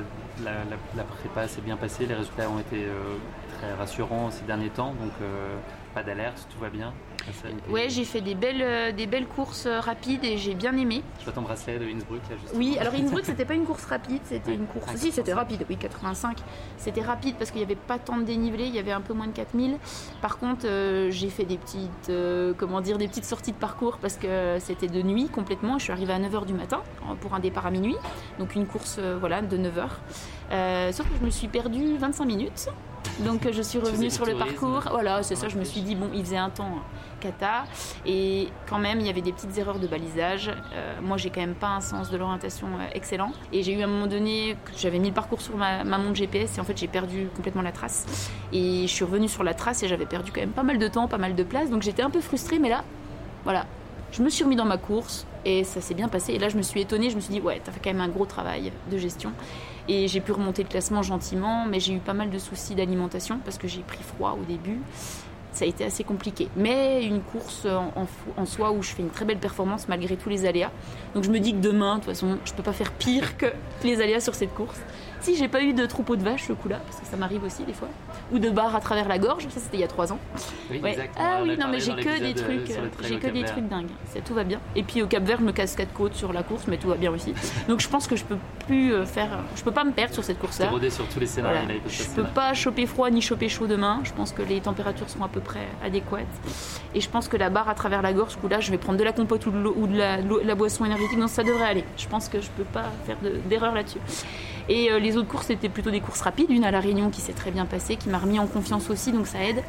La prépa s'est bien passée, les résultats ont été très rassurants ces derniers temps, donc pas d'alerte, tout va bien. Ouais, j'ai fait des belles courses rapides et j'ai bien aimé. Je vois ton bracelet de Innsbruck. Oui, alors Innsbruck, c'était pas une course rapide, c'était une course... Si, c'était rapide, oui, 85. C'était rapide parce qu'il n'y avait pas tant de dénivelé, il y avait un peu moins de 4000. Par contre, j'ai fait des petites sorties de parcours parce que c'était de nuit complètement. Je suis arrivée à 9h du matin pour un départ à minuit. Donc une course de 9h. Sauf que je me suis perdue 25 minutes. Donc je suis revenue sur le parcours. Voilà, c'est ça, je me suis dit, bon, il faisait un temps cata. Et quand même, il y avait des petites erreurs de balisage. Moi, j'ai quand même pas un sens de l'orientation excellent. Et j'ai eu à un moment donné, j'avais mis le parcours sur ma montre GPS et en fait, j'ai perdu complètement la trace. Et je suis revenue sur la trace et j'avais perdu quand même pas mal de temps, pas mal de place. Donc j'étais un peu frustrée, mais là, voilà. Je me suis remis dans ma course et ça s'est bien passé. Et là, je me suis étonnée, je me suis dit, ouais, t'as fait quand même un gros travail de gestion. Et j'ai pu remonter le classement gentiment, mais j'ai eu pas mal de soucis d'alimentation parce que j'ai pris froid au début. Ça a été assez compliqué. Mais une course en soi où je fais une très belle performance malgré tous les aléas. Donc je me dis que demain, de toute façon, je peux pas faire pire que les aléas sur cette course. Si j'ai pas eu de troupeau de vaches ce coup-là, parce que ça m'arrive aussi des fois, ou de barres à travers la gorge, ça c'était il y a 3 ans. Oui, ouais. exactement. Ah oui, non mais j'ai que des trucs dingues. Tout va bien. Et puis au Cap-Vert, je me casse 4 côtes sur la course, mais tout va bien aussi. Donc je pense que je peux pas me perdre sur cette course-là. Rodé sur tous les scénarios. Voilà. Je peux pas choper froid ni choper chaud demain. Je pense que les températures seront à peu près adéquates. Et je pense que la barre à travers la gorge, ce coup-là, je vais prendre de la compote ou de la boisson énergétique. Donc ça devrait aller. Je pense que je peux pas faire d'erreur là-dessus. Et les autres courses, c'était plutôt des courses rapides. Une à La Réunion qui s'est très bien passée, qui m'a remis en confiance aussi, donc ça aide.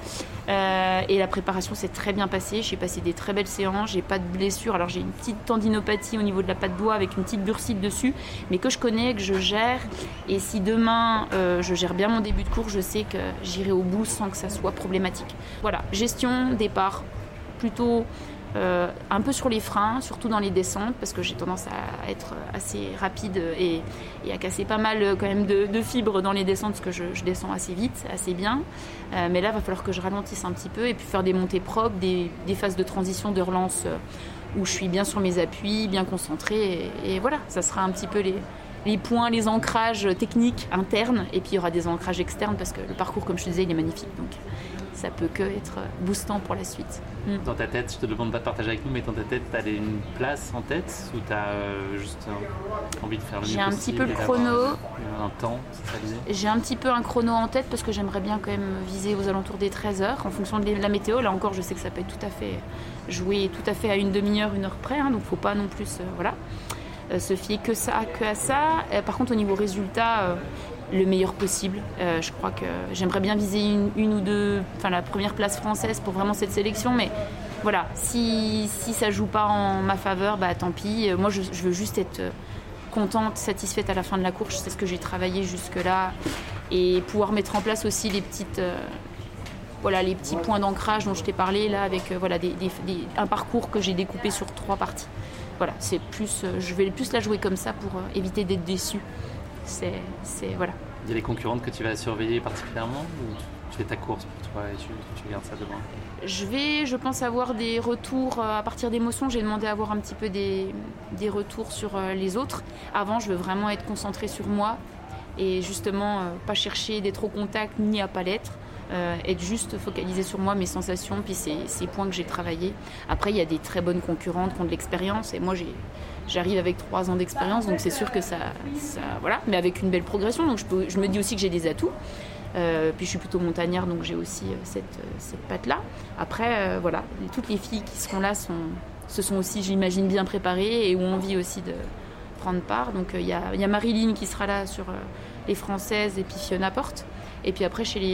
Et la préparation s'est très bien passée. J'ai passé des très belles séances, j'ai pas de blessure. Alors j'ai une petite tendinopathie au niveau de la patte doigt avec une petite bursite dessus, mais que je connais, que je gère. Et si demain je gère bien mon début de course, je sais que j'irai au bout sans que ça soit problématique. Voilà, gestion, départ, plutôt... un peu sur les freins, surtout dans les descentes, parce que j'ai tendance à être assez rapide et à casser pas mal quand même de fibres dans les descentes, parce que je descends assez vite, assez bien. Mais là, il va falloir que je ralentisse un petit peu et puis faire des montées propres, des phases de transition, de relance où je suis bien sur mes appuis, bien concentrée. Et voilà, ça sera un petit peu les points, les ancrages techniques internes, et puis il y aura des ancrages externes, parce que le parcours, comme je te disais, il est magnifique. Donc ça peut que être boostant pour la suite. Dans ta tête, je te demande pas de partager avec nous, mais dans ta tête, tu as une place en tête ou tu as juste envie de faire le mieux possible? J'ai un petit peu le chrono. Un temps, c'est ça l'idée? J'ai un petit peu un chrono en tête parce que j'aimerais bien quand même viser aux alentours des 13h en fonction de la météo. Là encore, je sais que ça peut être tout à fait joué tout à fait à une demi-heure, 1 heure près, hein, donc faut pas non plus se fier que à ça. Par contre, au niveau résultat, le meilleur possible. Je crois que j'aimerais bien viser une ou deux, la première place française pour vraiment cette sélection, mais voilà, si ça joue pas en ma faveur, bah tant pis. Moi, je veux juste être contente, satisfaite à la fin de la course. C'est ce que j'ai travaillé jusque-là, et pouvoir mettre en place aussi les petits points d'ancrage dont je t'ai parlé là, avec un parcours que j'ai découpé sur 3 parties. Voilà, c'est plus, je vais plus la jouer comme ça pour éviter d'être déçue. Voilà. Il y a des concurrentes que tu vas surveiller particulièrement, ou tu fais ta course pour toi et tu gardes ça demain? Je pense avoir des retours à partir d'émotions. J'ai demandé à avoir un petit peu des retours sur les autres. Avant, je veux vraiment être concentrée sur moi et justement pas chercher d'être au contact ni à pas l'être. Être juste focalisée sur moi, mes sensations, puis ces points que j'ai travaillés. Après, il y a des très bonnes concurrentes qui ont de l'expérience, et moi j'arrive avec 3 ans d'expérience, donc c'est sûr que ça voilà, mais avec une belle progression, donc je me dis aussi que j'ai des atouts. Puis je suis plutôt montagnarde, donc j'ai aussi cette patte-là. Après, voilà, toutes les filles qui seront là se sont aussi, j'imagine, bien préparées et ont envie aussi de prendre part. Donc il y a Marilyn qui sera là sur les Françaises, et puis Fiona Porte. Et puis après, chez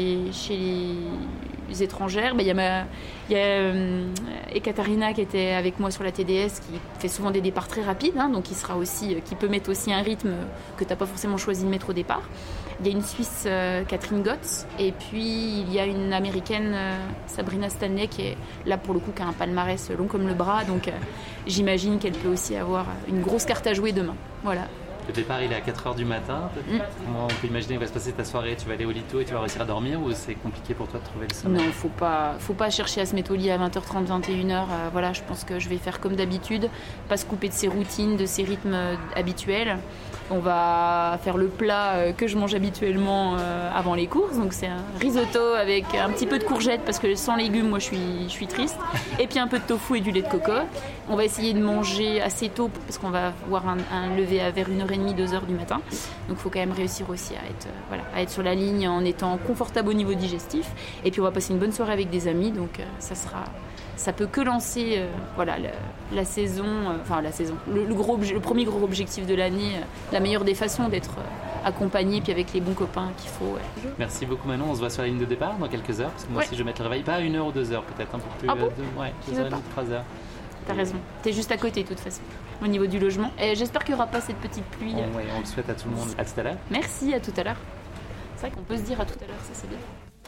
les étrangères, il y a Ekaterina qui était avec moi sur la TDS, qui fait souvent des départs très rapides, hein, donc qui peut mettre aussi un rythme que tu n'as pas forcément choisi de mettre au départ. Il y a une Suisse, Catherine Gotz, et puis il y a une Américaine, Sabrina Stanley, qui est là pour le coup, qui a un palmarès long comme le bras, donc j'imagine qu'elle peut aussi avoir une grosse carte à jouer demain. Voilà. Le départ, il est à 4h du matin. Comment on peut imaginer que va se passer ta soirée? Tu vas aller au Lito et tu vas réussir à dormir, ou c'est compliqué pour toi de trouver le sommeil? Non, faut pas chercher à se mettre au lit à 20h30, 21h. Voilà, je pense que je vais faire comme d'habitude, pas se couper de ses routines, de ses rythmes habituels. On va faire le plat que je mange habituellement avant les courses. Donc c'est un risotto avec un petit peu de courgettes, parce que sans légumes, moi je suis triste. Et puis un peu de tofu et du lait de coco. On va essayer de manger assez tôt, parce qu'on va avoir un lever vers 1h30, 2h du matin. Donc il faut quand même réussir aussi à être sur la ligne en étant confortable au niveau digestif. Et puis on va passer une bonne soirée avec des amis. Donc ça ça peut que lancer la saison, le premier gros objectif de l'année, la meilleure des façons d'être accompagné puis avec les bons copains qu'il faut. Ouais. Merci beaucoup Manon, on se voit sur la ligne de départ dans quelques heures, parce que moi aussi je vais mettre le réveil, pas 1 heure ou 2 heures peut-être, un peu plus, 2 heures, 3 heures. T'as raison, t'es juste à côté de toute façon, au niveau du logement. Et j'espère qu'il n'y aura pas cette petite pluie. On le souhaite à tout le monde. À tout à l'heure. Merci, à tout à l'heure. C'est vrai qu'on peut se dire à tout à l'heure, ça c'est bien.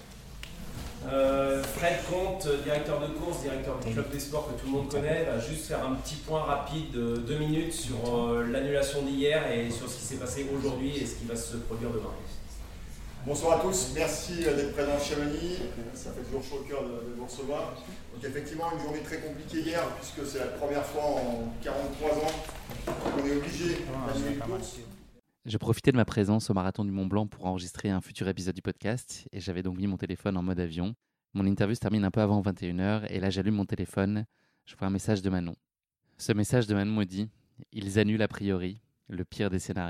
Fred Comte, directeur de course, directeur du club des sports que tout le monde connaît, va juste faire un petit point rapide de 2 minutes sur l'annulation d'hier et sur ce qui s'est passé aujourd'hui et ce qui va se produire demain. Bonsoir à tous, merci d'être présents à Chamonix, ça fait toujours chaud au cœur de vous recevoir. Donc effectivement une journée très compliquée hier puisque c'est la première fois en 43 ans qu'on est obligé d'annuler une course. Je profitais de ma présence au Marathon du Mont Blanc pour enregistrer un futur épisode du podcast et j'avais donc mis mon téléphone en mode avion. Mon interview se termine un peu avant 21h et là j'allume mon téléphone, je vois un message de Manon. Ce message de Manon me dit « Ils annulent a priori le pire des scénarios ».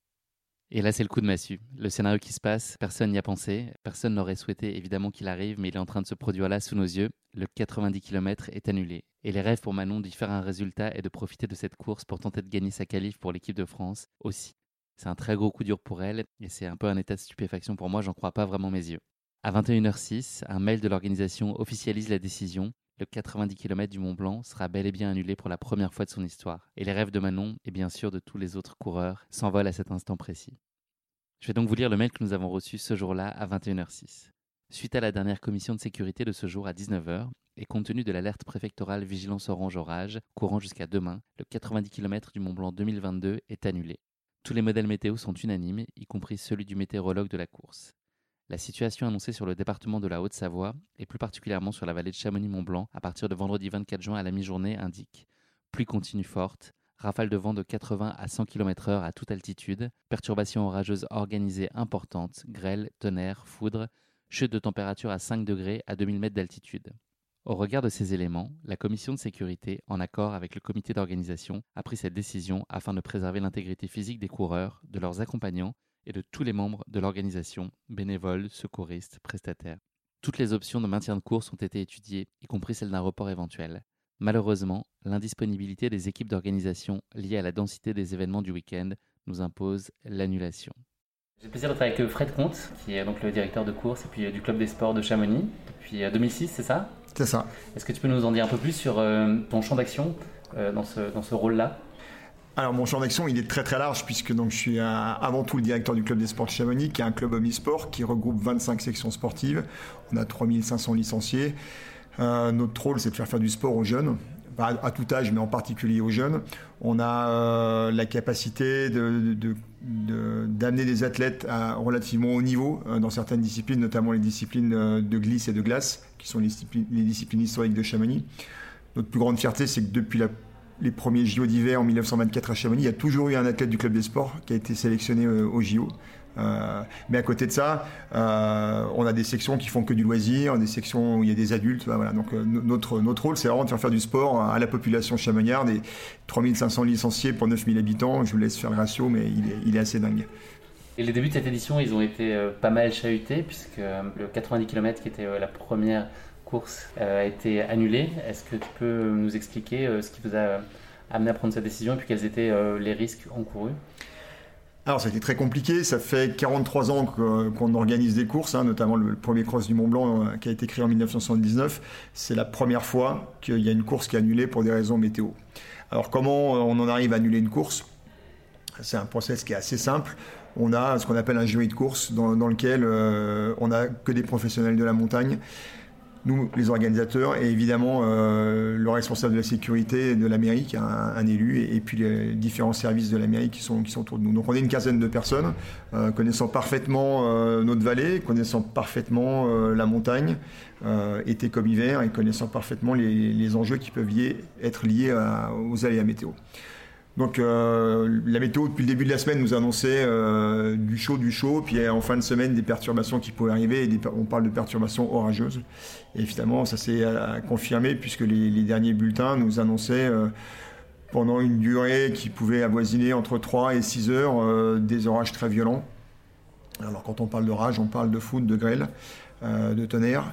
Et là c'est le coup de massue. Le scénario qui se passe, personne n'y a pensé, personne n'aurait souhaité évidemment qu'il arrive, mais il est en train de se produire là sous nos yeux. Le 90 km est annulé. Et les rêves pour Manon d'y faire un résultat et de profiter de cette course pour tenter de gagner sa qualif pour l'équipe de France aussi. C'est un très gros coup dur pour elle et c'est un peu un état de stupéfaction pour moi, j'en crois pas vraiment mes yeux. À 21h06, un mail de l'organisation officialise la décision. Le 90 km du Mont Blanc sera bel et bien annulé pour la première fois de son histoire. Et les rêves de Manon, et bien sûr de tous les autres coureurs, s'envolent à cet instant précis. Je vais donc vous lire le mail que nous avons reçu ce jour-là à 21h06. Suite à la dernière commission de sécurité de ce jour à 19h, et compte tenu de l'alerte préfectorale vigilance orange orage, courant jusqu'à demain, le 90 km du Mont Blanc 2022 est annulé. Tous les modèles météo sont unanimes, y compris celui du météorologue de la course. La situation annoncée sur le département de la Haute-Savoie, et plus particulièrement sur la vallée de Chamonix-Mont-Blanc, à partir de vendredi 24 juin à la mi-journée, indique pluie continue forte, rafales de vent de 80 à 100 km/h à toute altitude, perturbations orageuses organisées importantes, grêle, tonnerre, foudre, chute de température à 5 degrés à 2000 mètres d'altitude. Au regard de ces éléments, la commission de sécurité, en accord avec le comité d'organisation, a pris cette décision afin de préserver l'intégrité physique des coureurs, de leurs accompagnants et de tous les membres de l'organisation, bénévoles, secouristes, prestataires. Toutes les options de maintien de course ont été étudiées, y compris celle d'un report éventuel. Malheureusement, l'indisponibilité des équipes d'organisation liée à la densité des événements du week-end nous impose l'annulation. J'ai le plaisir d'être avec Fred Comte, qui est donc le directeur de course et puis du club des sports de Chamonix depuis 2006, c'est ça ? C'est ça. Est-ce que tu peux nous en dire un peu plus sur ton champ d'action dans ce rôle-là ? Alors mon champ d'action il est très très large puisque donc, je suis avant tout le directeur du club des sports de Chamonix qui est un club omnisport qui regroupe 25 sections sportives. On a 3500 licenciés. Notre rôle c'est de faire du sport aux jeunes, à tout âge mais en particulier aux jeunes. On a la capacité d'amener des athlètes à relativement haut niveau dans certaines disciplines, notamment les disciplines de glisse et de glace qui sont les disciplines historiques de Chamonix. Notre plus grande fierté c'est que depuis les premiers JO d'hiver en 1924 à Chamonix, il y a toujours eu un athlète du club des sports qui a été sélectionné aux JO. Mais à côté de ça, on a des sections qui font que du loisir, des sections où il y a des adultes. Voilà. Donc notre rôle, c'est vraiment de faire du sport à la population chamonniarde. Et 3500 licenciés pour 9000 habitants, je vous laisse faire le ratio, mais il est assez dingue. Et les débuts de cette édition, ils ont été pas mal chahutés, puisque le 90 km qui était la première course a été annulée. Est-ce que tu peux nous expliquer ce qui vous a amené à prendre cette décision et puis quels étaient les risques encourus ? Alors ça a été très compliqué, ça fait 43 ans qu'on organise des courses, notamment le premier cross du Mont Blanc qui a été créé en 1979. C'est la première fois qu'il y a une course qui est annulée pour des raisons météo. Alors comment on en arrive à annuler une course ? C'est un process qui est assez simple. On a ce qu'on appelle un jury de course dans lequel on n'a que des professionnels de la montagne. Nous, les organisateurs, et évidemment le responsable de la sécurité de la mairie, qui est un élu, et puis les différents services de la mairie qui sont autour de nous. Donc on est une quinzaine de personnes, connaissant parfaitement notre vallée, connaissant parfaitement la montagne, été comme hiver, et connaissant parfaitement les enjeux qui peuvent être liés aux aléas météo. Donc la météo depuis le début de la semaine nous annonçait du chaud, puis en fin de semaine des perturbations qui pouvaient arriver, et on parle de perturbations orageuses. Et finalement ça s'est confirmé puisque les derniers bulletins nous annonçaient pendant une durée qui pouvait avoisiner entre 3 et 6 heures des orages très violents. Alors quand on parle d'orage, on parle de foudre, de grêle. de tonnerre.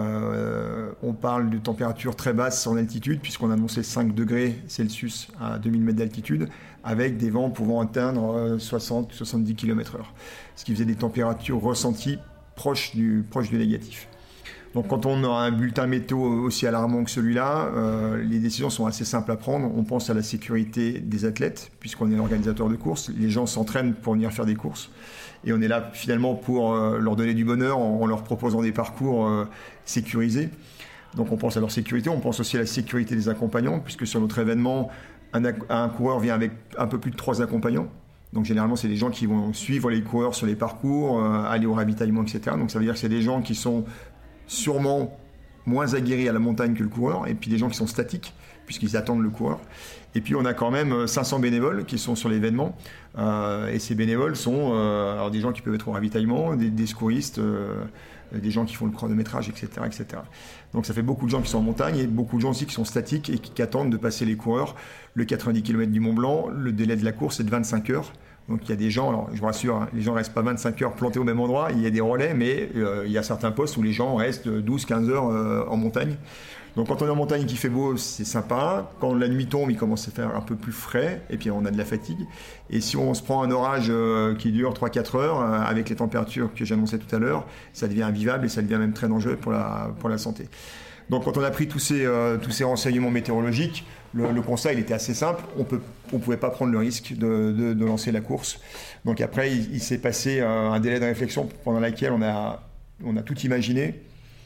On parle de températures très basses en altitude, puisqu'on a annoncé 5 degrés Celsius à 2000 mètres d'altitude, avec des vents pouvant atteindre 60-70 km/h. Ce qui faisait des températures ressenties proches du négatif. Donc quand on a un bulletin météo aussi alarmant que celui-là, les décisions sont assez simples à prendre. On pense à la sécurité des athlètes, puisqu'on est l'organisateur de courses. Les gens s'entraînent pour venir faire des courses. Et on est là finalement pour leur donner du bonheur en leur proposant des parcours sécurisés. Donc on pense à leur sécurité, on pense aussi à la sécurité des accompagnants, puisque sur notre événement, un coureur vient avec un peu plus de 3 accompagnants. Donc généralement, c'est des gens qui vont suivre les coureurs sur les parcours, aller au ravitaillement, etc. Donc ça veut dire que c'est des gens qui sont sûrement moins aguerris à la montagne que le coureur, et puis des gens qui sont statiques, puisqu'ils attendent le coureur. Et puis on a quand même 500 bénévoles qui sont sur l'événement, et ces bénévoles sont alors des gens qui peuvent être au ravitaillement, des secouristes, des gens qui font le chronométrage, etc., etc. Donc ça fait beaucoup de gens qui sont en montagne, et beaucoup de gens aussi qui sont statiques et qui attendent de passer les coureurs. Le 90 km du Mont Blanc, le délai de la course est de 25 heures. Donc il y a des gens, alors je vous rassure, hein, les gens ne restent pas 25 heures plantés au même endroit, il y a des relais, mais il y a certains postes où les gens restent 12-15 heures en montagne. Donc quand on est en montagne et qu'il fait beau, c'est sympa. Quand la nuit tombe, il commence à faire un peu plus frais, et puis on a de la fatigue. Et si on se prend un orage qui dure 3-4 heures, avec les températures que j'annonçais tout à l'heure, ça devient invivable et ça devient même très dangereux pour la santé. Donc quand on a pris tous ces renseignements météorologiques, le constat il était assez simple, on pouvait pas prendre le risque de lancer la course. Donc après il s'est passé un délai de réflexion pendant lequel on a tout imaginé.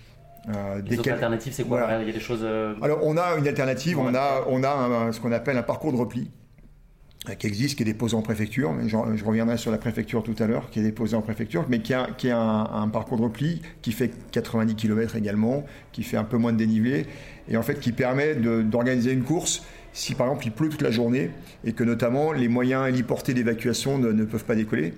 Les autres alternatives, c'est quoi? Voilà. Il y a des choses. Alors on a une alternative, on a ce qu'on appelle un parcours de repli qui existe, qui est déposé en préfecture. Je reviendrai sur la préfecture tout à l'heure, qui est déposé en préfecture, mais qui est un parcours de repli qui fait 90 km également, qui fait un peu moins de dénivelé, et en fait qui permet d'organiser une course si par exemple il pleut toute la journée et que notamment les moyens héliportés d'évacuation ne peuvent pas décoller,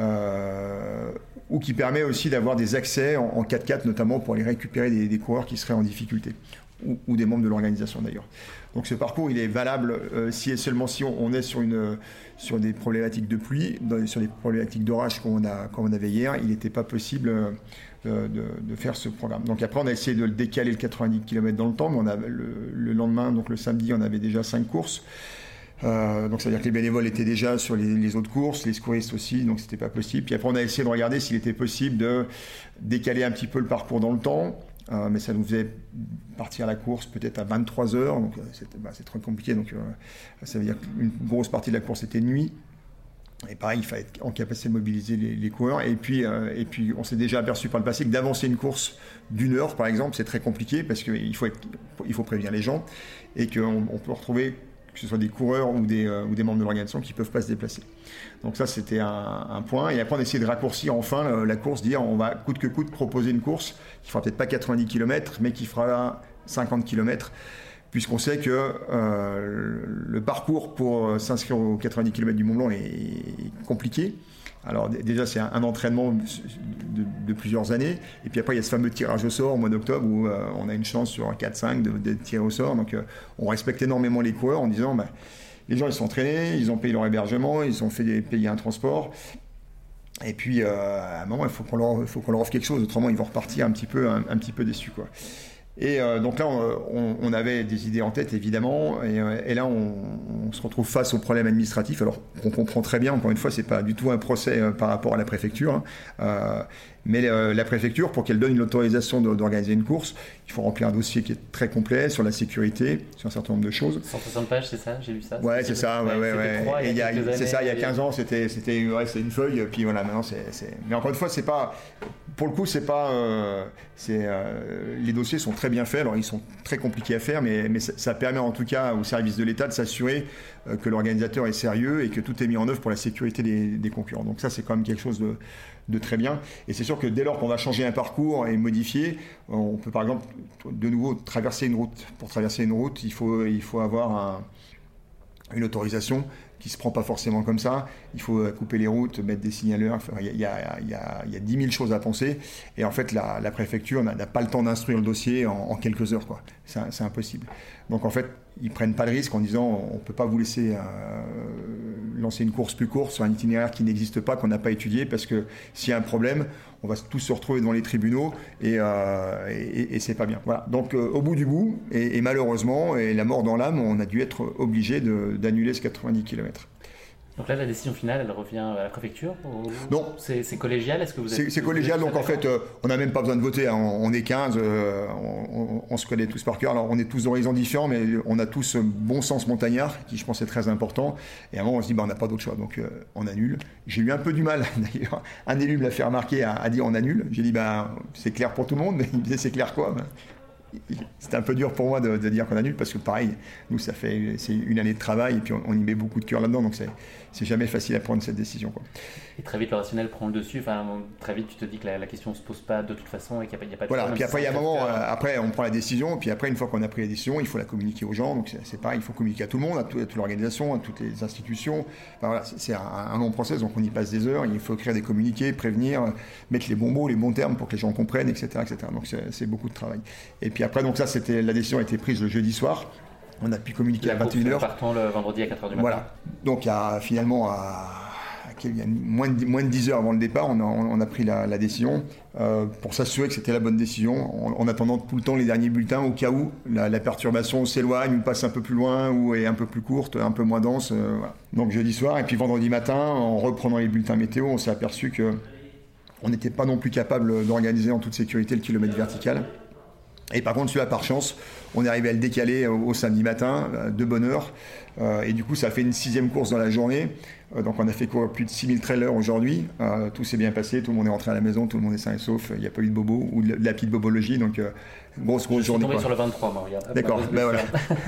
ou qui permet aussi d'avoir des accès en 4x4 notamment pour aller récupérer des coureurs qui seraient en difficulté, ou des membres de l'organisation d'ailleurs. Donc ce parcours il est valable si et seulement si on est sur des problématiques de pluie, sur des problématiques d'orage comme on avait hier, il n'était pas possible de faire ce programme. Donc après on a essayé de le décaler le 90 km dans le temps, mais on a le lendemain, donc le samedi, on avait déjà 5 courses. Donc ça veut dire que les bénévoles étaient déjà sur les autres courses, les secouristes aussi, donc c'était pas possible. Puis après on a essayé de regarder s'il était possible de décaler un petit peu le parcours dans le temps, mais ça nous faisait partir à la course peut-être à 23 heures, donc c'est très compliqué. Donc ça veut dire qu'une grosse partie de la course était de nuit. Et pareil, il fallait être en capacité de mobiliser les coureurs. Et puis on s'est déjà aperçu par le passé que d'avancer une course d'1 heure, par exemple, c'est très compliqué parce qu'il faut prévenir les gens et qu'on peut retrouver que ce soit des coureurs ou des membres de l'organisation qui ne peuvent pas se déplacer. Donc ça, c'était un point. Et après, on a essayé de raccourcir enfin la course, dire on va coûte que coûte proposer une course qui ne fera peut-être pas 90 km, mais qui fera 50 km, puisqu'on sait que le parcours pour s'inscrire aux 90 km du Mont Blanc est compliqué. Alors déjà, c'est un entraînement de plusieurs années. Et puis après, il y a ce fameux tirage au sort au mois d'octobre où on a une chance sur 4-5 d'être tiré au sort. Donc on respecte énormément les coureurs en disant les gens ils sont entraînés, ils ont payé leur hébergement, ils ont payer un transport. Et puis à un moment, il faut qu'on leur offre quelque chose, autrement ils vont repartir un petit peu déçus, quoi. Et donc là, on avait des idées en tête, évidemment, et là, on se retrouve face au problème administratif. Alors, on comprend très bien, encore une fois, c'est pas du tout un procès par rapport à la préfecture, mais la préfecture, pour qu'elle donne une autorisation d'organiser une course, il faut remplir un dossier qui est très complet sur la sécurité, sur un certain nombre de choses. 160 pages, c'est ça? J'ai lu ça. Ouais, c'est ça, ouais. C'est ça, il y a 15 ans, c'était une feuille, puis voilà, maintenant, Mais encore une fois, c'est pas... Pour le coup, c'est pas... les dossiers sont très bien faits, alors ils sont très compliqués à faire, mais ça permet en tout cas au service de l'État de s'assurer que l'organisateur est sérieux et que tout est mis en œuvre pour la sécurité des concurrents. Donc ça, c'est quand même quelque chose de très bien. Et c'est sûr que dès lors qu'on va changer un parcours et modifier, on peut par exemple de nouveau traverser une route. Pour traverser une route, il faut avoir une autorisation qui ne se prend pas forcément comme ça. Il faut couper les routes, mettre des signaleurs. Il y a 10 000 choses à penser. Et en fait, la préfecture n'a pas le temps d'instruire le dossier en quelques heures, quoi. C'est impossible. Donc en fait, ils ne prennent pas le risque en disant on ne peut pas vous laisser lancer une course plus courte sur un itinéraire qui n'existe pas, qu'on n'a pas étudié, parce que s'il y a un problème, on va tous se retrouver devant les tribunaux et c'est pas bien. Voilà. Donc au bout du bout, et malheureusement, et la mort dans l'âme, on a dû être obligé d'annuler ce 90 km. Donc là, la décision finale, elle revient à la préfecture ou... Non. C'est collégial, est-ce que vous êtes... C'est collégial, donc en fait, on n'a même pas besoin de voter. Hein. On est 15, on se connaît tous par cœur. Alors on est tous d'horizons différents, mais on a tous bon sens montagnard, qui je pense est très important. Et à un moment, on se dit, on n'a pas d'autre choix, donc on annule. J'ai eu un peu du mal, d'ailleurs. Un élu me l'a fait remarquer, a dit on annule. J'ai dit, c'est clair pour tout le monde, mais il me disait, c'est clair quoi C'était un peu dur pour moi de dire qu'on annule, parce que pareil, nous c'est une année de travail et puis on y met beaucoup de cœur là-dedans, donc c'est jamais facile à prendre cette décision, quoi. Et très vite le rationnel prend le dessus, très vite tu te dis que la question ne se pose pas de toute façon et qu'il n'y a pas de voilà, choix, puis après il y a un moment, après on prend la décision, puis après une fois qu'on a pris la décision, il faut la communiquer aux gens, donc c'est pareil, il faut communiquer à tout le monde, à toute l'organisation, à toutes les institutions. Voilà, c'est un long process, donc on y passe des heures, il faut écrire des communiqués, prévenir, mettre les bons mots, les bons termes pour que les gens comprennent, etc. Donc c'est beaucoup de travail. Et puis après, donc ça, la décision a été prise le jeudi soir. On a pu communiquer à 21h. Partant le vendredi à 4h du matin. Voilà. Donc finalement, il y a moins de 10 heures avant le départ, on a pris la décision pour s'assurer que c'était la bonne décision, en attendant tout le temps les derniers bulletins au cas où la perturbation s'éloigne ou passe un peu plus loin ou est un peu plus courte, un peu moins dense. Voilà. Donc jeudi soir, et puis vendredi matin, en reprenant les bulletins météo, on s'est aperçu qu'on n'était pas non plus capable d'organiser en toute sécurité le kilomètre vertical. Et par contre, celui-là, par chance, on est arrivé à le décaler au samedi matin, de bonne heure. Et du coup, ça a fait une 6e course dans la journée. Donc on a fait courir plus de 6000 trailers aujourd'hui. Tout s'est bien passé, tout le monde est rentré à la maison, tout le monde est sain et sauf. Il n'y a pas eu de bobo ou de la petite bobologie. Donc grosse journée. Je suis tombé sur le 23, moi, regarde. D'accord, voilà.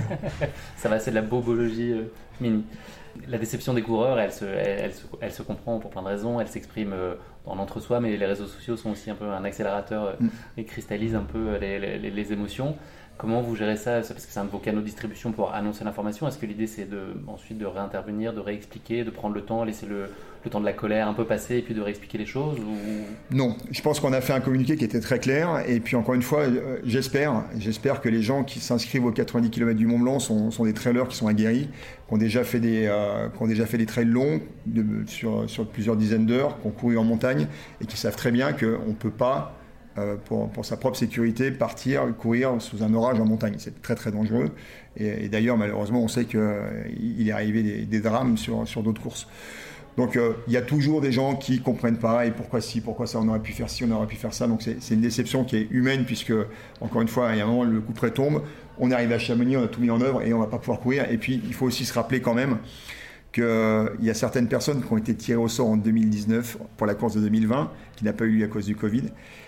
Ça va, c'est de la bobologie mini. La déception des coureurs, elle se comprend pour plein de raisons. Elle s'exprime dans l'entre-soi, mais les réseaux sociaux sont aussi un peu un accélérateur et cristallisent un peu les émotions. Comment vous gérez ça? Parce que c'est un de vos canaux de distribution pour annoncer l'information. Est-ce que l'idée, c'est ensuite de réintervenir, de réexpliquer, de prendre le temps, laisser le temps de la colère un peu passer et puis de réexpliquer les choses ou... Non, je pense qu'on a fait un communiqué qui était très clair. Et puis encore une fois, j'espère que les gens qui s'inscrivent aux 90 km du Mont Blanc sont des trailers qui sont aguerris, qui ont déjà fait des trails longs sur plusieurs dizaines d'heures, qui ont couru en montagne et qui savent très bien qu'on ne peut pas... Pour sa propre sécurité, courir sous un orage en montagne. C'est très très dangereux. Et d'ailleurs, malheureusement, on sait qu'il est arrivé des drames sur d'autres courses. Donc il y a toujours des gens qui ne comprennent pas et pourquoi ça, on aurait pu faire ci, on aurait pu faire ça. Donc c'est une déception qui est humaine puisque, encore une fois, il y a un moment, le coup près tombe. On arrive à Chamonix, on a tout mis en œuvre et on ne va pas pouvoir courir. Et puis, il faut aussi se rappeler quand même qu'il y a certaines personnes qui ont été tirées au sort en 2019 pour la course de 2020, qui n'a pas eu lieu à cause du Covid.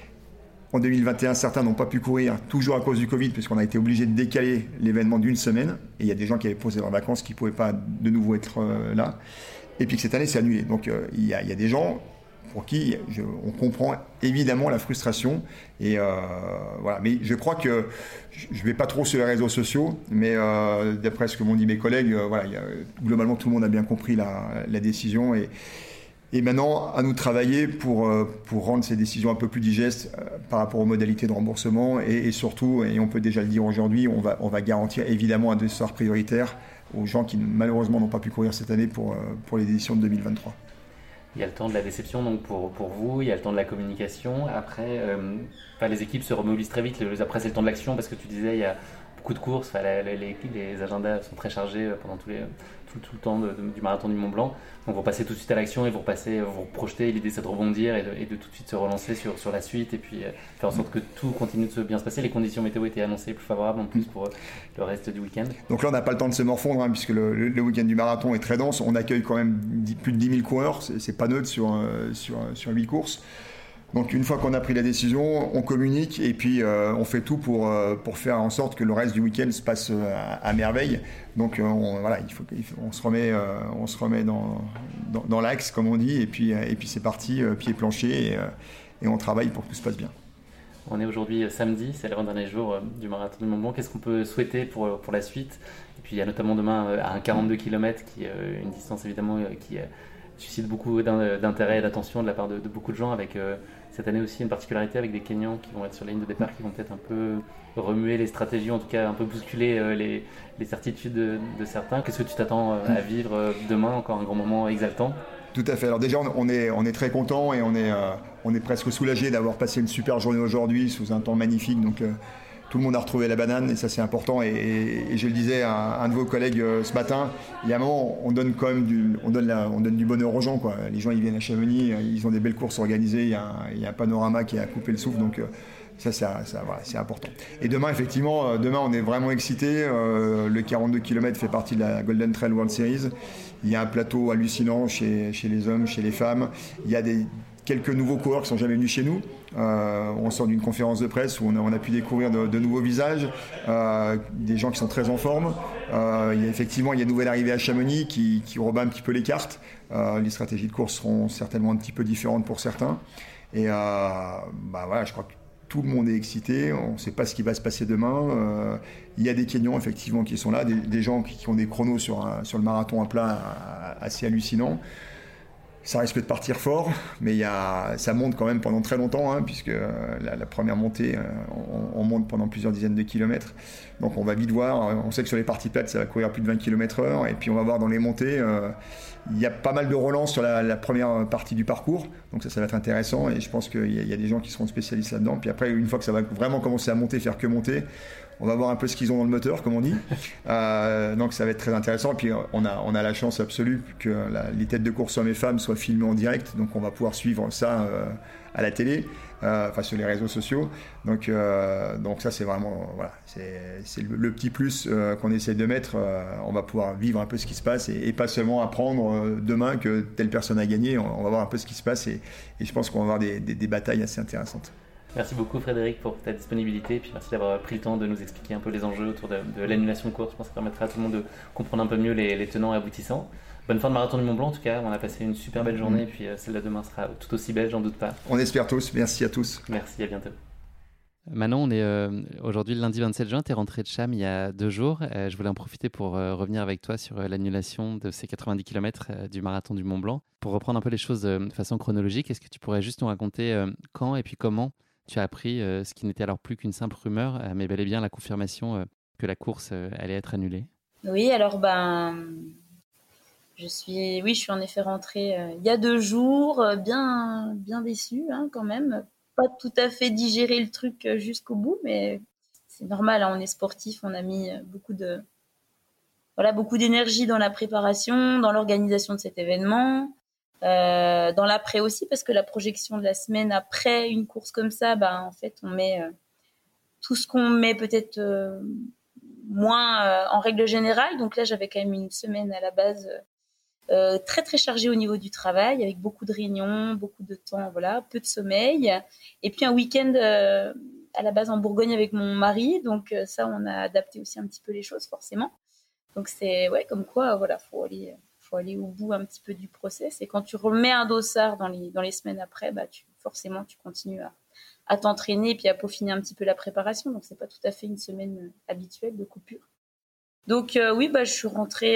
En 2021, certains n'ont pas pu courir, toujours à cause du Covid, puisqu'on a été obligé de décaler l'événement d'une semaine. Et il y a des gens qui avaient posé leurs vacances qui ne pouvaient pas de nouveau être là. Et puis que cette année, c'est annulé. Donc il y a des gens pour qui on comprend évidemment la frustration. Et voilà. Mais je crois que je ne vais pas trop sur les réseaux sociaux, mais d'après ce que m'ont dit mes collègues, voilà, globalement, tout le monde a bien compris la décision. Et maintenant, à nous de travailler pour rendre ces décisions un peu plus digestes par rapport aux modalités de remboursement et surtout, et on peut déjà le dire aujourd'hui, on va garantir évidemment un dessert prioritaire aux gens qui malheureusement n'ont pas pu courir cette année pour les éditions de 2023. Il y a le temps de la déception donc pour vous, il y a le temps de la communication. Après, les équipes se remobilisent très vite. Après, c'est le temps de l'action parce que tu disais, il y a beaucoup de courses. Les agendas sont très chargés pendant tout le temps du marathon du Mont Blanc. Donc vous passez tout de suite à l'action et vous projetez. L'idée, c'est de rebondir et de tout de suite se relancer sur la suite et puis faire en sorte que tout continue de bien se passer. Les conditions météo étaient annoncées plus favorables en plus pour le reste du week-end. Donc là, on n'a pas le temps de se morfondre puisque le week-end du marathon est très dense. On accueille quand même plus de 10 000 coureurs. C'est pas neutre sur 8 courses. Donc une fois qu'on a pris la décision, on communique et puis on fait tout pour faire en sorte que le reste du week-end se passe à merveille. Donc on se remet dans l'axe comme on dit et puis c'est parti, pied plancher et on travaille pour que tout se passe bien. On est aujourd'hui samedi, c'est l'avant-dernier jour du marathon du Mont Blanc. Qu'est-ce qu'on peut souhaiter pour la suite? Et puis il y a notamment demain un 42 km qui est une distance évidemment qui suscite beaucoup d'intérêt et d'attention de la part de beaucoup de gens, avec cette année aussi une particularité avec des Kenyans qui vont être sur la ligne de départ, qui vont peut-être un peu remuer les stratégies, en tout cas un peu bousculer les certitudes de certains. Qu'est-ce que tu t'attends à vivre demain, encore un grand moment exaltant? Tout à fait. Alors déjà, on est très content et on est presque soulagé d'avoir passé une super journée aujourd'hui sous un temps magnifique. Donc tout le monde a retrouvé la banane et ça c'est important. Et je le disais à un de vos collègues ce matin, il y a un moment, on donne quand même on donne du bonheur aux gens, quoi. Les gens, ils viennent à Chamonix, ils ont des belles courses organisées, il y a un panorama qui est à couper le souffle. Donc ça, voilà, c'est important. Et demain, effectivement, on est vraiment excités. Le 42 km fait partie de la Golden Trail World Series. Il y a un plateau hallucinant chez les hommes, chez les femmes. Il y a quelques nouveaux coureurs qui ne sont jamais venus chez nous. On sort d'une conférence de presse où on a pu découvrir de nouveaux visages, des gens qui sont très en forme. Il y a une nouvelle arrivée à Chamonix qui rebat un petit peu les cartes. Les stratégies de course seront certainement un petit peu différentes pour certains. Et voilà, je crois que tout le monde est excité, on ne sait pas ce qui va se passer demain. Il y a des Kenyans effectivement qui sont là, des gens qui ont des chronos sur le marathon à plat assez hallucinants. Ça risque de partir fort, mais ça monte quand même pendant très longtemps, puisque la première montée, on monte pendant plusieurs dizaines de kilomètres. Donc on va vite voir, on sait que sur les parties plates, ça va courir plus de 20 km/h, et puis on va voir dans les montées, il y a pas mal de relance sur la première partie du parcours, donc ça va être intéressant, et je pense qu'il y a des gens qui seront spécialistes là-dedans. Puis après, une fois que ça va vraiment commencer à monter, faire que monter, on va voir un peu ce qu'ils ont dans le moteur, comme on dit. Donc ça va être très intéressant. Et puis on a la chance absolue que les têtes de course hommes et femmes soient filmées en direct. Donc on va pouvoir suivre ça à la télé, sur les réseaux sociaux. Donc ça c'est vraiment c'est le petit plus qu'on essaie de mettre. On va pouvoir vivre un peu ce qui se passe et pas seulement apprendre demain que telle personne a gagné. On va voir un peu ce qui se passe et je pense qu'on va avoir des batailles assez intéressantes. Merci beaucoup Frédéric pour ta disponibilité et puis merci d'avoir pris le temps de nous expliquer un peu les enjeux autour de l'annulation de course. Je pense que ça permettra à tout le monde de comprendre un peu mieux les tenants et aboutissants. Bonne fin de marathon du Mont Blanc en tout cas, on a passé une super belle journée et puis celle de demain sera tout aussi belle, j'en doute pas. On espère tous, merci à tous. Merci, à bientôt. Manon, on est aujourd'hui le lundi 27 juin, tu es rentrée de Cham il y a 2 jours. Je voulais en profiter pour revenir avec toi sur l'annulation de ces 90 km du marathon du Mont Blanc. Pour reprendre un peu les choses de façon chronologique, est-ce que tu pourrais juste nous raconter quand et puis comment tu as appris ce qui n'était alors plus qu'une simple rumeur, mais bel et bien la confirmation que la course allait être annulée? Oui, alors je suis en effet rentrée il y a 2 jours, bien déçue quand même. Pas tout à fait digéré le truc jusqu'au bout, mais c'est normal, on est sportif, on a mis beaucoup d'énergie dans la préparation, dans l'organisation de cet événement. Dans l'après aussi, parce que la projection de la semaine après une course comme ça, en fait, on met tout ce qu'on met peut-être moins en règle générale. Donc là, j'avais quand même une semaine à la base très très chargée au niveau du travail, avec beaucoup de réunions, beaucoup de temps, peu de sommeil. Et puis un week-end à la base en Bourgogne avec mon mari. Donc ça, on a adapté aussi un petit peu les choses, forcément. Donc c'est comme quoi, faut aller au bout un petit peu du process, et quand tu remets un dossard dans les semaines après, tu continues à t'entraîner et puis à peaufiner un petit peu la préparation, donc c'est pas tout à fait une semaine habituelle de coupure. Donc je suis rentrée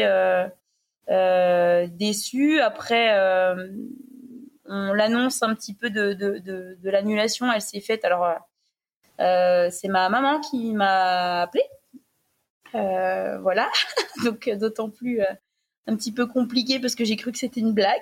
déçue. Après l'annonce un petit peu de l'annulation, elle s'est faite, alors c'est ma maman qui m'a appelée, donc d'autant plus un petit peu compliqué parce que j'ai cru que c'était une blague.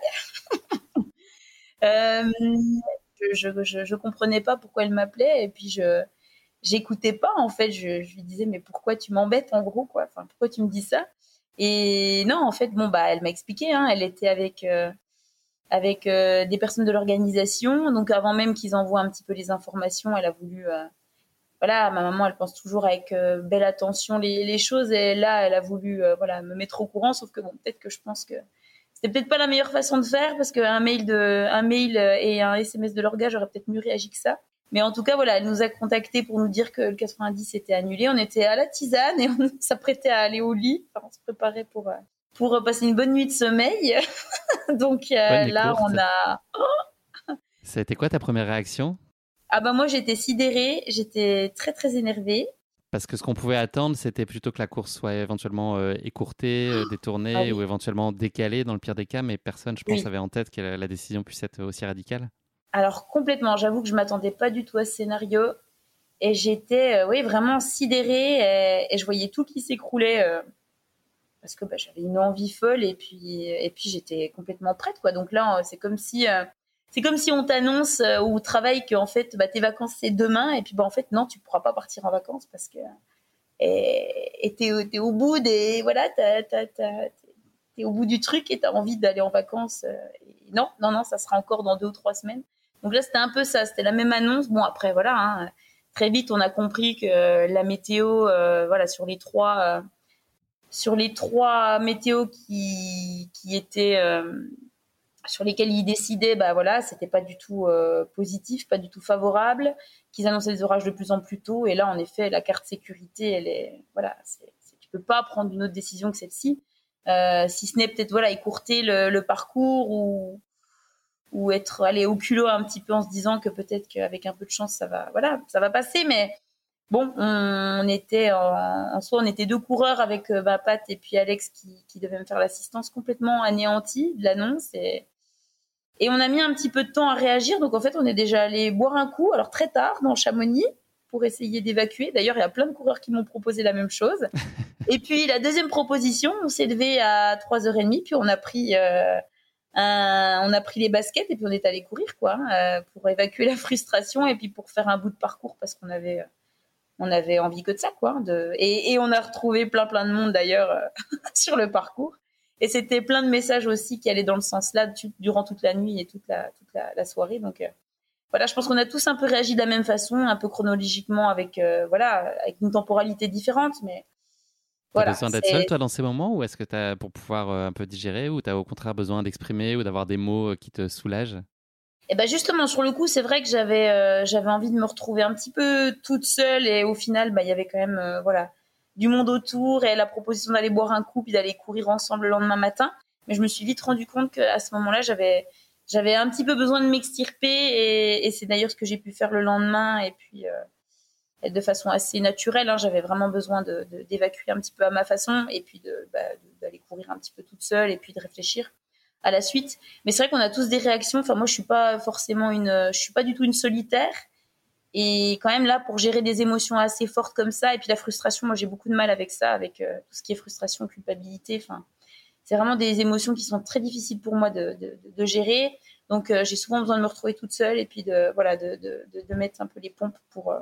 Je comprenais pas pourquoi elle m'appelait, et puis j'écoutais pas en fait. Je lui disais mais pourquoi tu m'embêtes en gros quoi, enfin pourquoi tu me dis ça? Et non en fait elle m'a expliqué, elle était avec des personnes de l'organisation, donc avant même qu'ils envoient un petit peu les informations, elle a voulu ma maman, elle pense toujours avec belle attention les choses, et là, elle a voulu me mettre au courant, sauf que peut-être que je pense que c'était peut-être pas la meilleure façon de faire, parce qu'un mail et un SMS de l'orga, j'aurais peut-être mieux réagi que ça. Mais en tout cas, elle nous a contactés pour nous dire que le 90 était annulé. On était à la tisane et on s'apprêtait à aller au lit. Enfin, on se préparait pour passer une bonne nuit de sommeil. Donc là, on a... Ça a été quoi ta première réaction? Moi, j'étais sidérée, j'étais très, très énervée. Parce que ce qu'on pouvait attendre, c'était plutôt que la course soit éventuellement écourtée, détournée ou éventuellement décalée dans le pire des cas, mais personne, je pense, avait en tête que la décision puisse être aussi radicale. Alors complètement, j'avoue que je m'attendais pas du tout à ce scénario et j'étais vraiment sidérée et je voyais tout qui s'écroulait parce que j'avais une envie folle et puis j'étais complètement prête, quoi. Donc là, c'est comme si on t'annonce au travail qu'en fait tes vacances c'est demain et puis en fait non, tu pourras pas partir en vacances parce que t'es au bout des t'es au bout du truc et t'as envie d'aller en vacances. Et non, ça sera encore dans 2 ou 3 semaines. Donc là c'était un peu ça, c'était la même annonce. Bon après voilà, très vite on a compris que la météo sur les trois météos qui étaient sur lesquels ils décidaient, c'était pas du tout positif, pas du tout favorable, qu'ils annonçaient des orages de plus en plus tôt. Et là, en effet, la carte sécurité, elle est, tu peux pas prendre une autre décision que celle-ci, si ce n'est peut-être écourter le parcours ou être allé au culot un petit peu en se disant que peut-être qu'avec un peu de chance, ça va passer. Mais bon, on était 2 coureurs avec Pat et puis Alex qui devaient me faire l'assistance, complètement anéantis de l'annonce et on a mis un petit peu de temps à réagir. Donc en fait, on est déjà allé boire un coup, alors très tard dans Chamonix, pour essayer d'évacuer. D'ailleurs, il y a plein de coureurs qui m'ont proposé la même chose. Et puis la deuxième proposition, on s'est levé à 3h30, puis on a pris les baskets et puis on est allé courir, quoi, pour évacuer la frustration et puis pour faire un bout de parcours parce qu'on avait envie que de ça, quoi. Et on a retrouvé plein de monde d'ailleurs sur le parcours. Et c'était plein de messages aussi qui allaient dans le sens-là durant toute la nuit et toute la soirée. Donc je pense qu'on a tous un peu réagi de la même façon, un peu chronologiquement avec une temporalité différente, mais T'as besoin d'être seul, toi, dans ces moments, ou est-ce que t'as pour pouvoir un peu digérer, ou t'as au contraire besoin d'exprimer ou d'avoir des mots qui te soulagent? Et justement, sur le coup, c'est vrai que j'avais envie de me retrouver un petit peu toute seule et au final, il y avait quand même du monde autour et la proposition d'aller boire un coup puis d'aller courir ensemble le lendemain matin. Mais je me suis vite rendu compte qu'à ce moment-là, j'avais un petit peu besoin de m'extirper et c'est d'ailleurs ce que j'ai pu faire le lendemain et puis de façon assez naturelle. J'avais vraiment besoin d'évacuer un petit peu à ma façon et puis d'aller courir un petit peu toute seule et puis de réfléchir à la suite. Mais c'est vrai qu'on a tous des réactions. Enfin, moi, je suis pas du tout une solitaire. Et quand même là, pour gérer des émotions assez fortes comme ça, et puis la frustration, moi, j'ai beaucoup de mal avec ça, avec tout ce qui est frustration, culpabilité. Enfin, c'est vraiment des émotions qui sont très difficiles pour moi de gérer. Donc, j'ai souvent besoin de me retrouver toute seule et puis de mettre un peu les pompes pour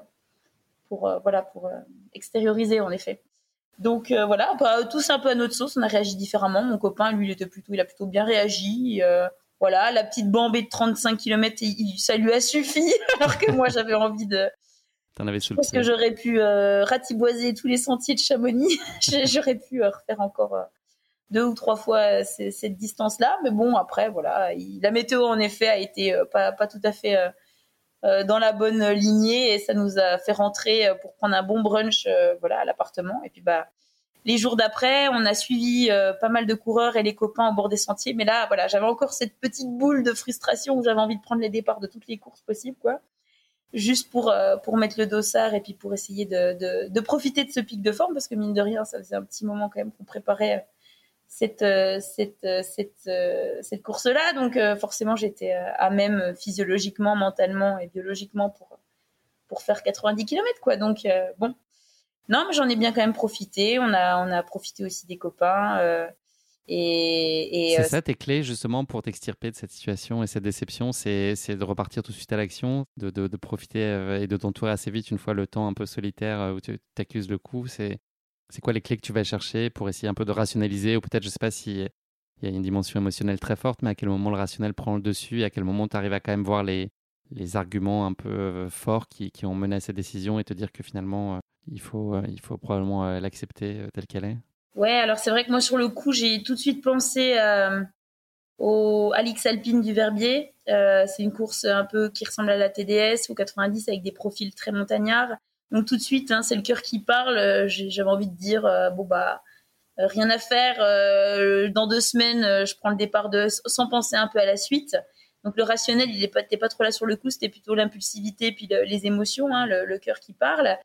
extérioriser, en effet. Donc tous un peu à notre sauce, on a réagi différemment. Mon copain, lui, il a plutôt bien réagi. La petite bambée de 35 km, ça lui a suffi, alors que moi, j'avais envie de... T'en avais sous le pied. Parce que j'aurais pu ratiboiser tous les sentiers de Chamonix. J'aurais pu refaire encore 2 ou 3 fois cette distance-là. Mais bon, après, la météo, en effet, a été pas tout à fait... dans la bonne lignée et ça nous a fait rentrer pour prendre un bon brunch à l'appartement et puis les jours d'après on a suivi pas mal de coureurs et les copains au bord des sentiers, mais là j'avais encore cette petite boule de frustration où j'avais envie de prendre les départs de toutes les courses possibles, quoi, juste pour mettre le dossard et puis pour essayer de profiter de ce pic de forme parce que mine de rien ça faisait un petit moment quand même qu'on préparait cette course-là, donc forcément j'étais à même physiologiquement, mentalement et biologiquement pour faire 90 km, quoi. Donc bon, non, mais j'en ai bien quand même profité. On a profité aussi des copains. C'est ça tes clés justement pour t'extirper de cette situation et cette déception, c'est de repartir tout de suite à l'action, de profiter et de t'entourer assez vite une fois le temps un peu solitaire où tu t'accuses le coup. C'est quoi les clés que tu vas chercher pour essayer un peu de rationaliser, ou peut-être, je sais pas s'il y a une dimension émotionnelle très forte, mais à quel moment le rationnel prend le dessus et à quel moment tu arrives à quand même voir les arguments un peu forts qui ont mené à cette décision et te dire que finalement il faut probablement l'accepter telle qu'elle est. Ouais, alors c'est vrai que moi sur le coup j'ai tout de suite pensé au Alix Alpine du Verbier. C'est une course un peu qui ressemble à la TDS ou 90 avec des profils très montagnards. Donc tout de suite, c'est le cœur qui parle. J'avais envie de dire, rien à faire. Dans 2 semaines, je prends le départ sans penser un peu à la suite. Donc le rationnel, il n'était pas trop là sur le coup. C'était plutôt l'impulsivité puis les émotions, le cœur qui parle.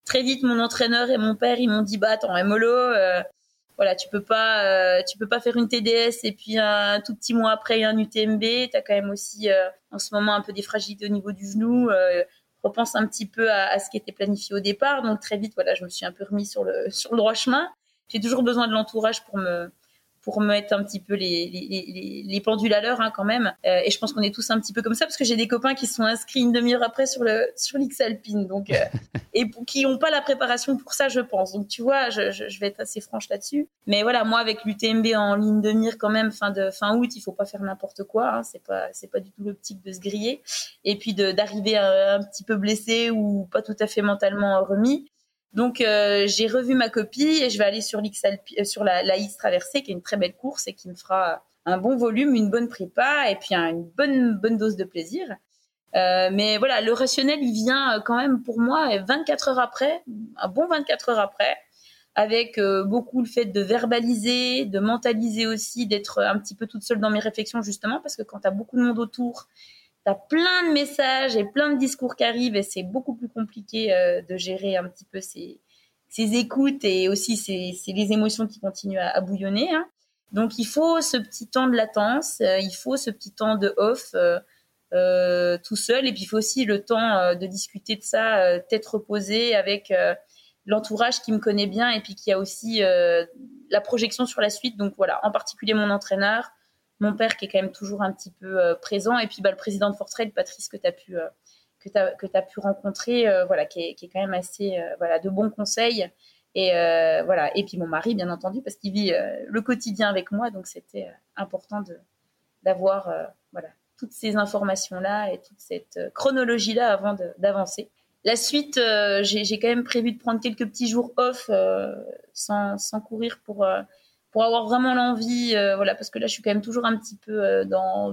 très vite, mon entraîneur et mon père, ils m'ont dit, attends, mollo, voilà, tu peux pas faire une TDS et puis un tout petit mois après un UTMB. T'as quand même aussi en ce moment un peu des fragilités au niveau du genou. Repense un petit peu à ce qui était planifié au départ. Donc très vite, voilà, je me suis un peu remis sur le droit chemin. J'ai toujours besoin de l'entourage pour me mettre un petit peu les pendules à l'heure, hein, quand même. Et je pense qu'on est tous un petit peu comme ça, parce que j'ai des copains qui se sont inscrits une demi-heure après sur l'X Alpine, donc et qui n'ont pas la préparation pour ça, je pense. Donc tu vois, je vais être assez franche là-dessus. Mais voilà, moi avec l'UTMB en ligne de mire quand même, fin août, il faut pas faire n'importe quoi. Hein, c'est pas du tout l'optique de se griller. Et puis d'arriver un petit peu blessé ou pas tout à fait mentalement remis. Donc j'ai revu ma copie et je vais aller sur sur la X traversée, qui est une très belle course et qui me fera un bon volume, une bonne prépa et puis une bonne dose de plaisir. Mais voilà, le rationnel, il vient quand même pour moi 24 heures après, un bon 24 heures après, avec beaucoup le fait de verbaliser, de mentaliser aussi, d'être un petit peu toute seule dans mes réflexions justement, parce que quand tu as beaucoup de monde autour, t'as plein de messages et plein de discours qui arrivent et c'est beaucoup plus compliqué de gérer un petit peu ces écoutes et aussi c'est les émotions qui continuent à bouillonner. Hein. Donc, il faut ce petit temps de latence, il faut ce petit temps de off tout seul et puis il faut aussi le temps de discuter de ça, tête reposée avec l'entourage qui me connaît bien et puis qui a aussi la projection sur la suite. Donc, voilà, en particulier mon entraîneur, mon père qui est quand même toujours un petit peu présent et puis le président de Fortrail, Patrice, que t'as pu rencontrer, voilà, qui est quand même assez voilà, de bons conseils et voilà, et puis mon mari bien entendu parce qu'il vit le quotidien avec moi, donc c'était important d'avoir voilà, toutes ces informations là et toute cette chronologie là avant d'avancer. La suite, j'ai quand même prévu de prendre quelques petits jours off sans courir pour avoir vraiment l'envie, voilà, parce que là, je suis quand même toujours un petit peu dans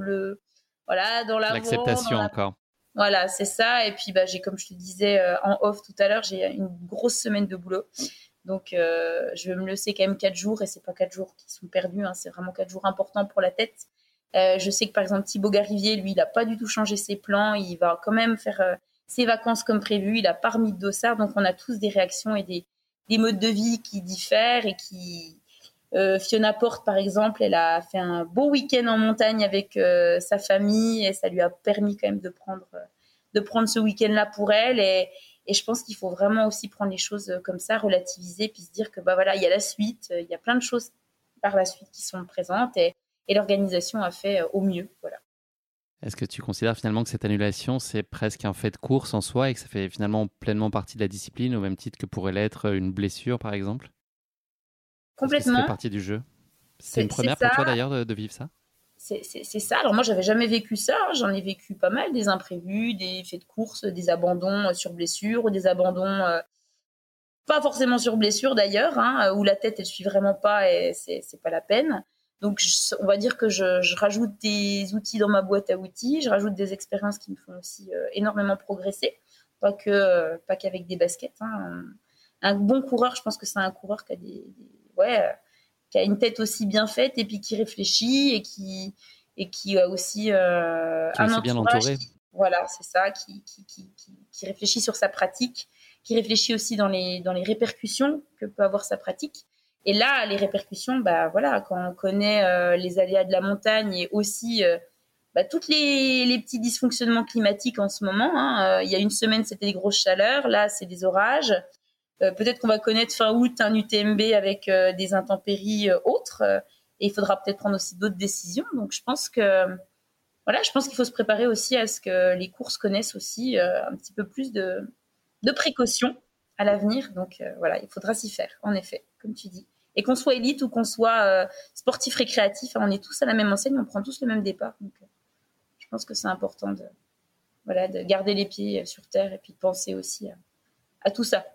l'acceptation encore. Voilà, c'est ça. Et puis, j'ai, comme je te disais en off tout à l'heure, j'ai une grosse semaine de boulot. Donc, je vais me laisser quand même 4 jours, et c'est pas 4 jours qui sont perdus, hein, c'est vraiment 4 jours importants pour la tête. Je sais que, par exemple, Thibaut Garivier, lui, il a pas du tout changé ses plans. Il va quand même faire ses vacances comme prévu. Il a pas remis de dossard. Donc, on a tous des réactions et des modes de vie qui diffèrent et qui... Fiona Porte, par exemple, elle a fait un beau week-end en montagne avec sa famille et ça lui a permis quand même de prendre ce week-end-là pour elle. Et je pense qu'il faut vraiment aussi prendre les choses comme ça, relativiser, puis se dire que voilà, il y a la suite, il y a plein de choses par la suite qui sont présentes et l'organisation a fait au mieux. Voilà. Est-ce que tu considères finalement que cette annulation, c'est presque un fait de course en soi et que ça fait finalement pleinement partie de la discipline, au même titre que pourrait l'être une blessure, par exemple ? Complètement. Ça fait partie du jeu. C'est une première pour toi d'ailleurs de vivre ça ? C'est ça. Alors moi, j'avais jamais vécu ça. J'en ai vécu pas mal, des imprévus, des faits de course, des abandons sur blessure ou des abandons pas forcément sur blessure d'ailleurs, hein, où la tête elle suit vraiment pas et c'est pas la peine. Donc on va dire que je rajoute des outils dans ma boîte à outils, je rajoute des expériences qui me font aussi énormément progresser, pas qu'avec des baskets. Hein. Un bon coureur, je pense que c'est un coureur qui a qui a une tête aussi bien faite et puis qui réfléchit et qui a aussi un entourage bien entouré. Voilà, c'est ça, qui réfléchit sur sa pratique, qui réfléchit aussi dans les répercussions que peut avoir sa pratique. Et là, les répercussions, voilà, quand on connaît les aléas de la montagne et aussi toutes les petits dysfonctionnements climatiques en ce moment. Hein, il y a une semaine, c'était des grosses chaleurs, là, c'est des orages. Peut-être qu'on va connaître fin août un UTMB avec des intempéries autres et il faudra peut-être prendre aussi d'autres décisions. Donc je pense qu'il faut se préparer aussi à ce que les courses connaissent aussi un petit peu plus de précautions à l'avenir. Donc voilà, il faudra s'y faire, en effet, comme tu dis. Et qu'on soit élite ou qu'on soit sportif récréatif, on est tous à la même enseigne, on prend tous le même départ. Donc je pense que c'est important de garder les pieds sur terre et puis de penser aussi à tout ça.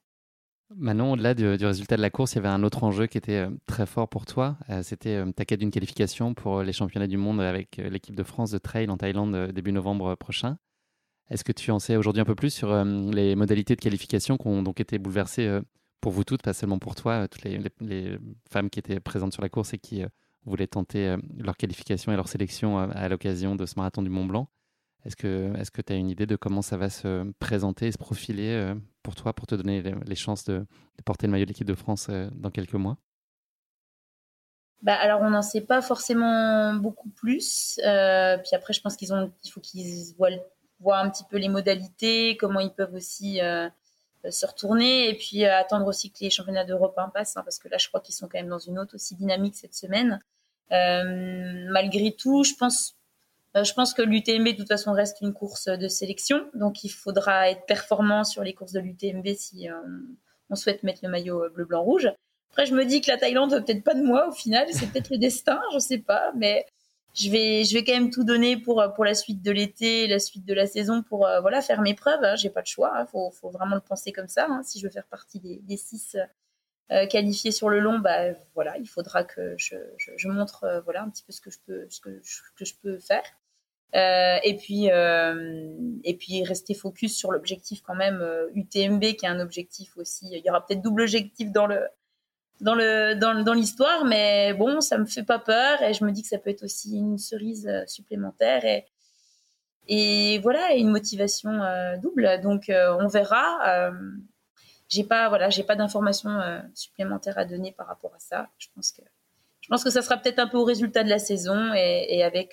Manon, au-delà du résultat de la course, il y avait un autre enjeu qui était très fort pour toi. C'était ta quête d'une qualification pour les championnats du monde avec l'équipe de France de trail en Thaïlande début novembre prochain. Est-ce que tu en sais aujourd'hui un peu plus sur les modalités de qualification qui ont donc été bouleversées pour vous toutes, pas seulement pour toi, toutes les femmes qui étaient présentes sur la course et qui voulaient tenter leur qualification et leur sélection à l'occasion de ce marathon du Mont Blanc. Est-ce que tu as une idée de comment ça va se présenter et se profiler pour toi, pour te donner les chances de porter le maillot de l'équipe de France dans quelques mois? Alors, on n'en sait pas forcément beaucoup plus. Puis après, je pense qu'il faut qu'ils voient un petit peu les modalités, comment ils peuvent aussi se retourner, et puis attendre aussi que les championnats d'Europe passent, parce que là, je crois qu'ils sont quand même dans une autre aussi dynamique cette semaine. Malgré tout, je pense que l'UTMB, de toute façon, reste une course de sélection. Donc, il faudra être performant sur les courses de l'UTMB si on souhaite mettre le maillot bleu, blanc, rouge. Après, je me dis que la Thaïlande veut peut-être pas de moi au final. C'est peut-être le destin, je sais pas. Mais je vais quand même tout donner pour la suite de l'été, la suite de la saison, pour faire mes preuves. J'ai pas de choix. Faut vraiment le penser comme ça. Si je veux faire partie des 6 qualifiés sur le long, il faudra que je montre un petit peu ce que je peux faire. Et puis rester focus sur l'objectif quand même UTMB, qui est un objectif aussi. Il y aura peut-être double objectif dans l'histoire, mais bon, ça me fait pas peur, et je me dis que ça peut être aussi une cerise supplémentaire et une motivation double. Donc on verra. J'ai pas d'informations supplémentaires à donner par rapport à ça. Je pense que ça sera peut-être un peu au résultat de la saison, et avec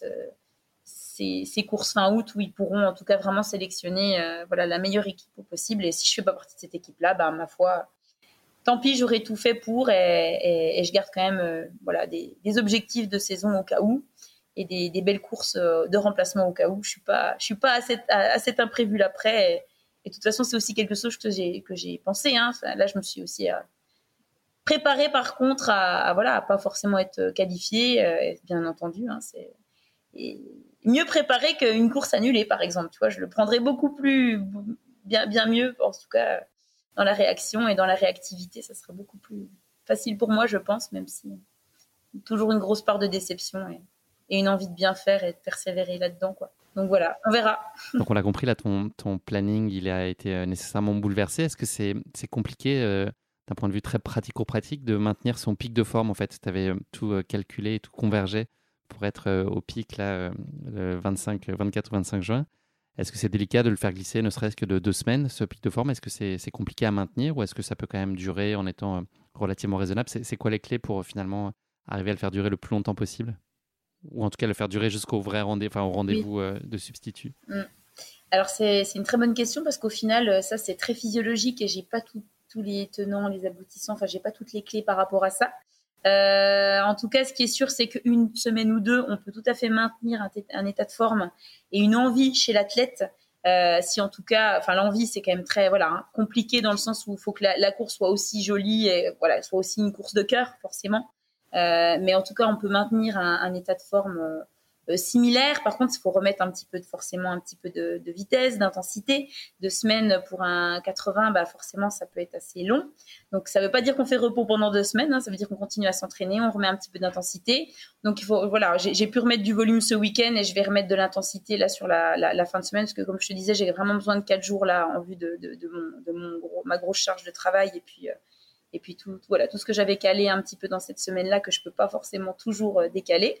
ces courses fin août où ils pourront en tout cas vraiment sélectionner la meilleure équipe possible. Et si je fais pas partie de cette équipe-là, ma foi, tant pis, j'aurais tout fait pour, et je garde quand même des objectifs de saison au cas où, et des belles courses de remplacement au cas où. Je suis pas à cet imprévu là près. Et de toute façon, c'est aussi quelque chose que j'ai pensé. Là, je me suis aussi préparée, par contre, à pas forcément être qualifiée, bien entendu. C'est mieux préparée qu'une course annulée, par exemple. Tu vois, je le prendrais beaucoup plus bien mieux, en tout cas dans la réaction et dans la réactivité. Ça serait beaucoup plus facile pour moi, je pense, même si toujours une grosse part de déception et une envie de bien faire et de persévérer là-dedans, quoi. Donc voilà, on verra. Donc on l'a compris, là, ton planning, il a été nécessairement bouleversé. Est-ce que c'est compliqué, d'un point de vue très pratico-pratique, de maintenir son pic de forme? En fait, tu avais tout calculé et tout convergé pour être au pic, là, le 24 ou 25 juin. Est-ce que c'est délicat de le faire glisser, ne serait-ce que de 2 semaines, ce pic de forme? Est-ce que c'est compliqué à maintenir, ou est-ce que ça peut quand même durer en étant relativement raisonnable? C'est quoi les clés pour finalement arriver à le faire durer le plus longtemps possible? Ou en tout cas le faire durer jusqu'au vrai rendez-vous de substitut? Alors c'est une très bonne question, parce qu'au final ça c'est très physiologique, et j'ai pas tous les tenants, les aboutissants, j'ai pas toutes les clés par rapport à ça. En tout cas, ce qui est sûr, c'est qu'une semaine ou 2, on peut tout à fait maintenir un état de forme et une envie chez l'athlète. Si en tout cas, l'envie, c'est quand même très compliqué, dans le sens où il faut que la course soit aussi jolie et soit aussi une course de cœur, forcément. Mais en tout cas, on peut maintenir un état de forme similaire. Par contre, il faut remettre forcément un petit peu de vitesse, d'intensité. 2 semaines pour un 80, forcément, ça peut être assez long. Donc, ça ne veut pas dire qu'on fait repos pendant 2 semaines. Ça veut dire qu'on continue à s'entraîner, on remet un petit peu d'intensité. Donc, j'ai pu remettre du volume ce week-end, et je vais remettre de l'intensité là sur la fin de semaine, parce que, comme je te disais, j'ai vraiment besoin de 4 jours là en vue de ma grosse charge de travail, et puis tout ce que j'avais calé un petit peu dans cette semaine-là, que je peux pas forcément toujours décaler.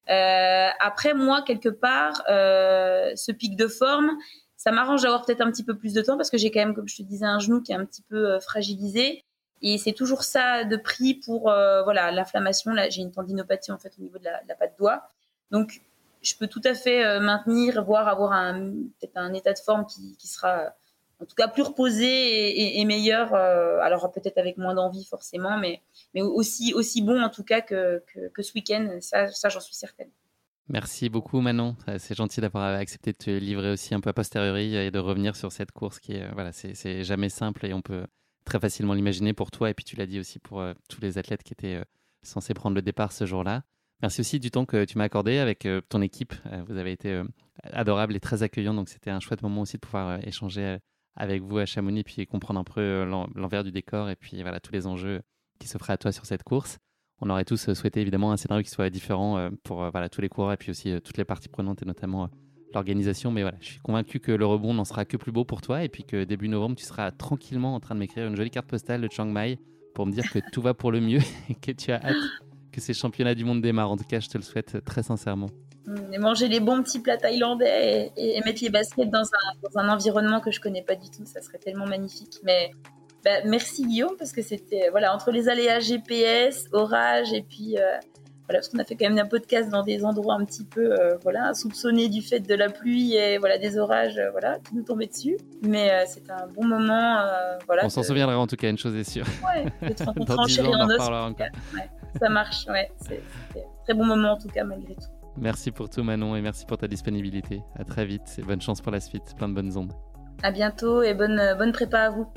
Après, moi, quelque part, ce pic de forme, ça m'arrange d'avoir peut-être un petit peu plus de temps, parce que j'ai quand même, comme je te disais, un genou qui est un petit peu fragilisé, et c'est toujours ça de prix pour l'inflammation. Là, j'ai une tendinopathie en fait au niveau de la patte doigt, donc je peux tout à fait maintenir, voire avoir peut-être un état de forme qui sera en tout cas plus reposé et meilleur, alors peut-être avec moins d'envie forcément, mais aussi bon en tout cas que ce week-end, ça j'en suis certaine. Merci beaucoup Manon, c'est gentil d'avoir accepté de te livrer aussi un peu a posteriori et de revenir sur cette course qui est, c'est jamais simple, et on peut très facilement l'imaginer pour toi, et puis tu l'as dit aussi pour tous les athlètes qui étaient censés prendre le départ ce jour-là. Merci aussi du temps que tu m'as accordé avec ton équipe, vous avez été adorables et très accueillants, donc c'était un chouette moment aussi de pouvoir échanger avec vous à Chamonix, puis comprendre un peu l'envers du décor, et puis tous les enjeux qui s'offraient à toi sur cette course. On aurait tous souhaité évidemment un scénario qui soit différent pour tous les coureurs, et puis aussi toutes les parties prenantes, et notamment l'organisation. Mais je suis convaincu que le rebond n'en sera que plus beau pour toi, et puis que début novembre, tu seras tranquillement en train de m'écrire une jolie carte postale de Chiang Mai pour me dire que tout va pour le mieux et que tu as hâte que ces championnats du monde démarrent. En tout cas, je te le souhaite très sincèrement. Et manger les bons petits plats thaïlandais et mettre les baskets dans un environnement que je connais pas du tout, ça serait tellement magnifique. Mais merci Guillaume, parce que c'était entre les aléas GPS, orage et puis parce qu'on a fait quand même un podcast dans des endroits un petit peu soupçonnés du fait de la pluie et des orages qui nous tombaient dessus. Mais c'était un bon moment. On s'en souviendra en tout cas, une chose est sûre. Ouais, de te rencontrer en chair et en os. Ça marche, c'était un très bon moment en tout cas malgré tout. Merci pour tout Manon et merci pour ta disponibilité. À très vite et bonne chance pour la suite. Plein de bonnes ondes. À bientôt et bonne prépa à vous.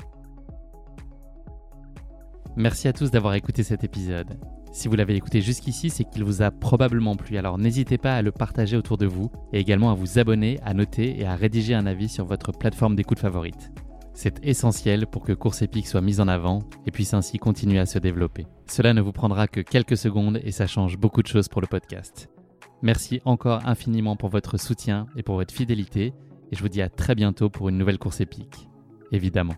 Merci à tous d'avoir écouté cet épisode. Si vous l'avez écouté jusqu'ici, c'est qu'il vous a probablement plu. Alors n'hésitez pas à le partager autour de vous et également à vous abonner, à noter et à rédiger un avis sur votre plateforme d'écoute favorite. C'est essentiel pour que Course Épique soit mise en avant et puisse ainsi continuer à se développer. Cela ne vous prendra que quelques secondes et ça change beaucoup de choses pour le podcast. Merci encore infiniment pour votre soutien et pour votre fidélité et je vous dis à très bientôt pour une nouvelle Course Épique, évidemment.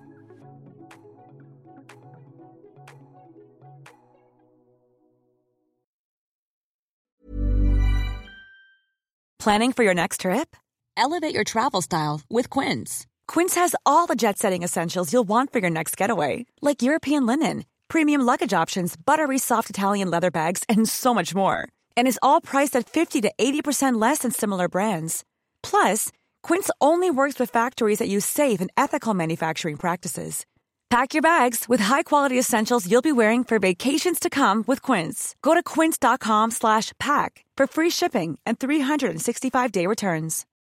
Planning for your next trip? Elevate your travel style with Quince. Quince has all the jet-setting essentials you'll want for your next getaway, like European linen, premium luggage options, buttery soft Italian leather bags, and so much more. And is all priced at 50 to 80% less than similar brands. Plus, Quince only works with factories that use safe and ethical manufacturing practices. Pack your bags with high-quality essentials you'll be wearing for vacations to come with Quince. Go to quince.com/pack for free shipping and 365-day returns.